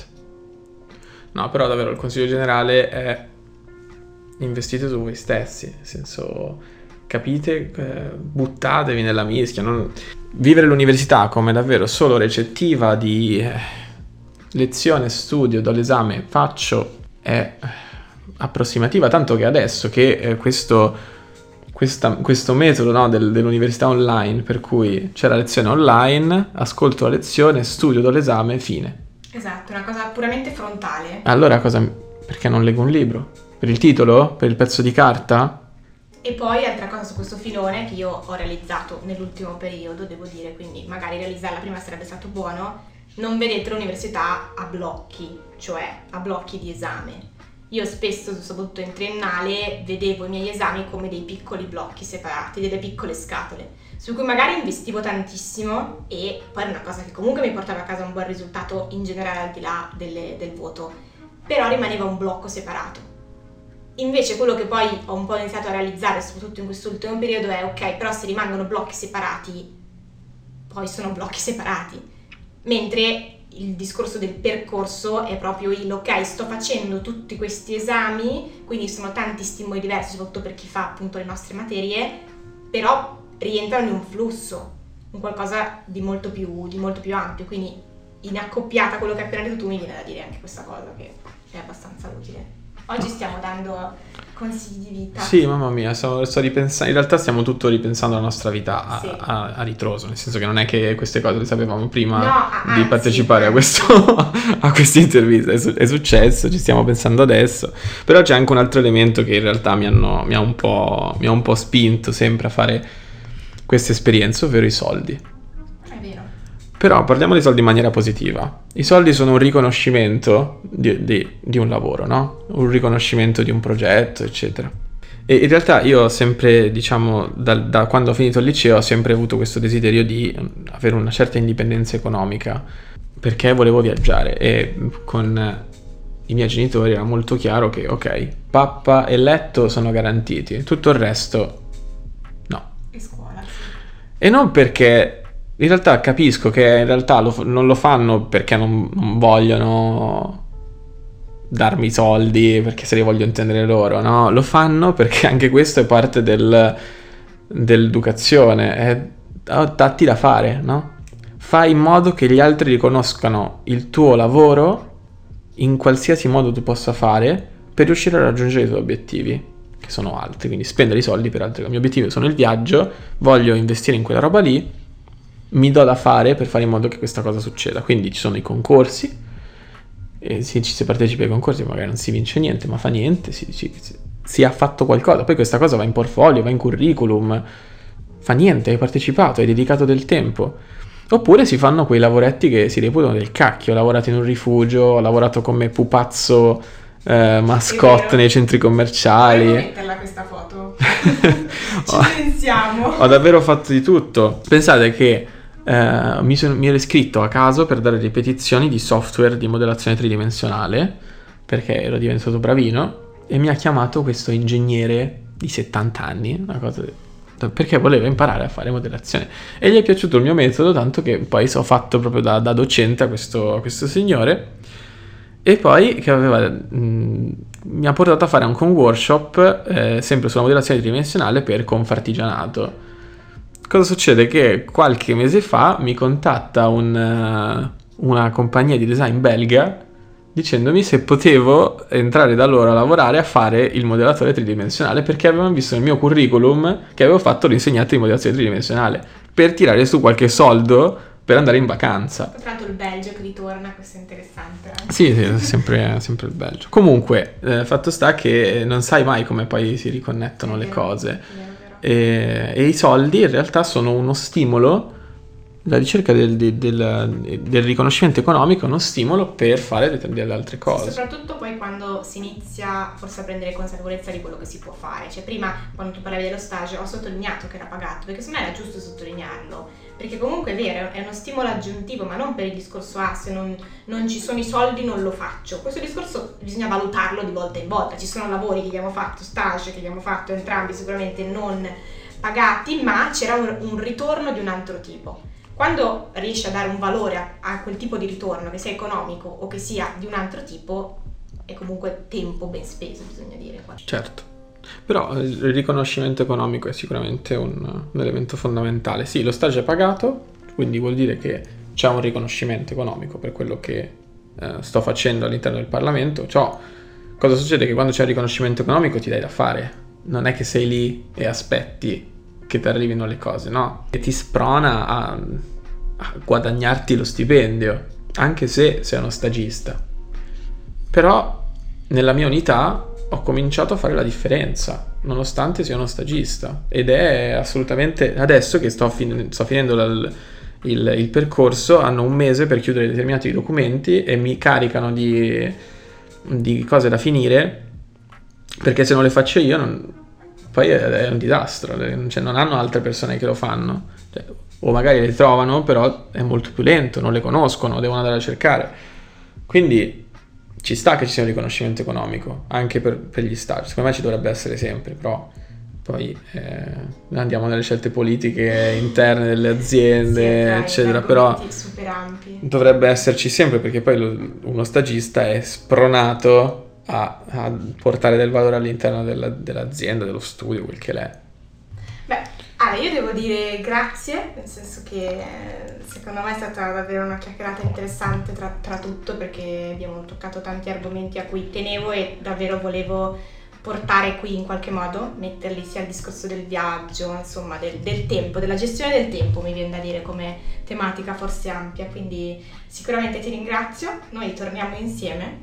No, però davvero il consiglio generale è investite su voi stessi, nel senso capite, buttatevi nella mischia. Vivere l'università come davvero solo recettiva di lezione, studio, do l'esame, faccio, è approssimativa, tanto che adesso che questo metodo, no, dell'università online, per cui c'è la lezione online, ascolto la lezione, studio, do l'esame, fine. Esatto, una cosa puramente frontale. Allora perché non leggo un libro? Per il titolo? Per il pezzo di carta? E poi altra cosa su questo filone che io ho realizzato nell'ultimo periodo, devo dire, quindi magari realizzarla prima sarebbe stato buono, non vedete l'università a blocchi, cioè a blocchi di esame. Io spesso, soprattutto in triennale, vedevo i miei esami come dei piccoli blocchi separati, delle piccole scatole, su cui magari investivo tantissimo e poi era una cosa che comunque mi portava a casa un buon risultato in generale al di là del voto, però rimaneva un blocco separato. Invece quello che poi ho un po' iniziato a realizzare, soprattutto in quest'ultimo periodo, è ok, però se rimangono blocchi separati, poi sono blocchi separati, mentre il discorso del percorso è proprio ok, sto facendo tutti questi esami, quindi sono tanti stimoli diversi, soprattutto per chi fa appunto le nostre materie, però rientrano in un flusso, in qualcosa di molto più ampio, quindi in accoppiata a quello che hai appena detto tu mi viene da dire anche questa cosa che è abbastanza utile. Oggi stiamo dando consigli di vita. Sì, mamma mia, sto ripensando. In realtà stiamo tutto ripensando la nostra vita Sì. a ritroso, nel senso che non è che queste cose le sapevamo prima No, di partecipare a questa intervista. È successo, ci stiamo pensando adesso. Però c'è anche un altro elemento che in realtà mi ha un po' spinto sempre a fare queste esperienze, ovvero i soldi. Però parliamo dei soldi in maniera positiva. I soldi sono un riconoscimento di un lavoro, no? Un riconoscimento di un progetto, eccetera. E in realtà io ho sempre, diciamo, da quando ho finito il liceo, ho sempre avuto questo desiderio di avere una certa indipendenza economica, perché volevo viaggiare e con i miei genitori era molto chiaro che, ok, pappa e letto sono garantiti, tutto il resto no. E scuola, sì. E non perché... In realtà capisco che in realtà non lo fanno perché non vogliono darmi i soldi, perché se li voglio intendere loro, no? Lo fanno perché anche questo è parte dell'educazione, è datti da fare, no? Fai in modo che gli altri riconoscano il tuo lavoro in qualsiasi modo tu possa fare per riuscire a raggiungere i tuoi obiettivi, che sono altri, quindi spendere i soldi per altri. I miei obiettivi sono il viaggio, voglio investire in quella roba lì, mi do da fare per fare in modo che questa cosa succeda. Quindi ci sono i concorsi, e ci si partecipa ai concorsi, magari non si vince niente, ma fa niente, si ha fatto qualcosa, poi questa cosa va in portfolio, va in curriculum, fa niente, hai partecipato, hai dedicato del tempo. Oppure si fanno quei lavoretti che si reputano del cacchio. Ho lavorato in un rifugio, ho lavorato come pupazzo mascotte nei centri commerciali. Devo metterla questa foto. Ci pensiamo. Ho davvero fatto di tutto. Pensate che mi ero iscritto a caso per dare ripetizioni di software di modellazione tridimensionale, perché ero diventato bravino, e mi ha chiamato questo ingegnere di 70 anni, una cosa perché voleva imparare a fare modellazione, e gli è piaciuto il mio metodo, tanto che poi ho fatto proprio da docente a questo signore, e poi che mi ha portato a fare anche un workshop sempre sulla modellazione tridimensionale per Confartigianato. Cosa succede? Che qualche mese fa mi contatta una compagnia di design belga dicendomi se potevo entrare da loro a lavorare a fare il modellatore tridimensionale, perché avevano visto nel mio curriculum che avevo fatto l'insegnante di modellazione tridimensionale, per tirare su qualche soldo per andare in vacanza. Tra l'altro il Belgio che ritorna, questo è interessante. Sì, sempre il Belgio. Comunque, fatto sta che non sai mai come poi si riconnettono le cose. E i soldi in realtà sono uno stimolo. La ricerca del riconoscimento economico è uno stimolo per fare delle altre cose. Sì, soprattutto poi quando si inizia forse a prendere consapevolezza di quello che si può fare. Cioè prima, quando tu parlavi dello stage, ho sottolineato che era pagato, perché secondo me era giusto sottolinearlo, perché comunque è vero, è uno stimolo aggiuntivo, ma non per il discorso se non ci sono i soldi non lo faccio. Questo discorso bisogna valutarlo di volta in volta. Ci sono lavori che abbiamo fatto, stage che abbiamo fatto, entrambi sicuramente non pagati, ma c'era un ritorno di un altro tipo. Quando riesci a dare un valore a quel tipo di ritorno, che sia economico o che sia di un altro tipo, è comunque tempo ben speso, bisogna dire. Certo, però il riconoscimento economico è sicuramente un elemento fondamentale. Sì, lo stage è pagato, quindi vuol dire che c'è un riconoscimento economico per quello che sto facendo all'interno del Parlamento. Cosa succede? Che quando c'è il riconoscimento economico ti dai da fare, non è che sei lì e aspetti che ti arrivino le cose, no? E ti sprona a guadagnarti lo stipendio, anche se sei uno stagista. Però nella mia unità ho cominciato a fare la differenza, nonostante sia uno stagista, ed è assolutamente, adesso che sto finendo il percorso, hanno un mese per chiudere determinati documenti e mi caricano di cose da finire, perché se non le faccio io poi è un disastro, cioè non hanno altre persone che lo fanno, o magari le trovano, però è molto più lento, non le conoscono, devono andare a cercare. Quindi ci sta che ci sia un riconoscimento economico anche per gli stage, secondo me ci dovrebbe essere sempre, però poi andiamo nelle scelte politiche interne delle aziende, sì, eccetera, però super ampi. Dovrebbe esserci sempre, perché poi uno stagista è spronato a portare del valore all'interno dell'azienda, dello studio, quel che l'è. Beh, allora io devo dire grazie, nel senso che secondo me è stata davvero una chiacchierata interessante tra tutto, perché abbiamo toccato tanti argomenti a cui tenevo e davvero volevo portare qui in qualche modo, metterli sia al discorso del viaggio, insomma del tempo, della gestione del tempo, mi viene da dire, come tematica forse ampia, quindi sicuramente ti ringrazio, noi torniamo insieme,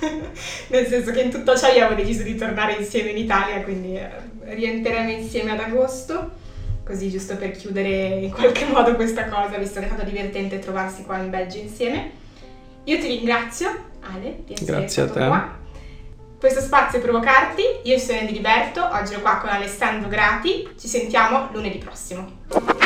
nel senso che in tutto ciò abbiamo deciso di tornare insieme in Italia, quindi rientreremo insieme ad agosto, così giusto per chiudere in qualche modo questa cosa, visto che è stato divertente trovarsi qua in Belgio insieme. Io ti ringrazio, Ale, di essere stato qua. Questo spazio è Provocarti, io sono Di Liberto, oggi ero qua con Alessandro Grati, ci sentiamo lunedì prossimo.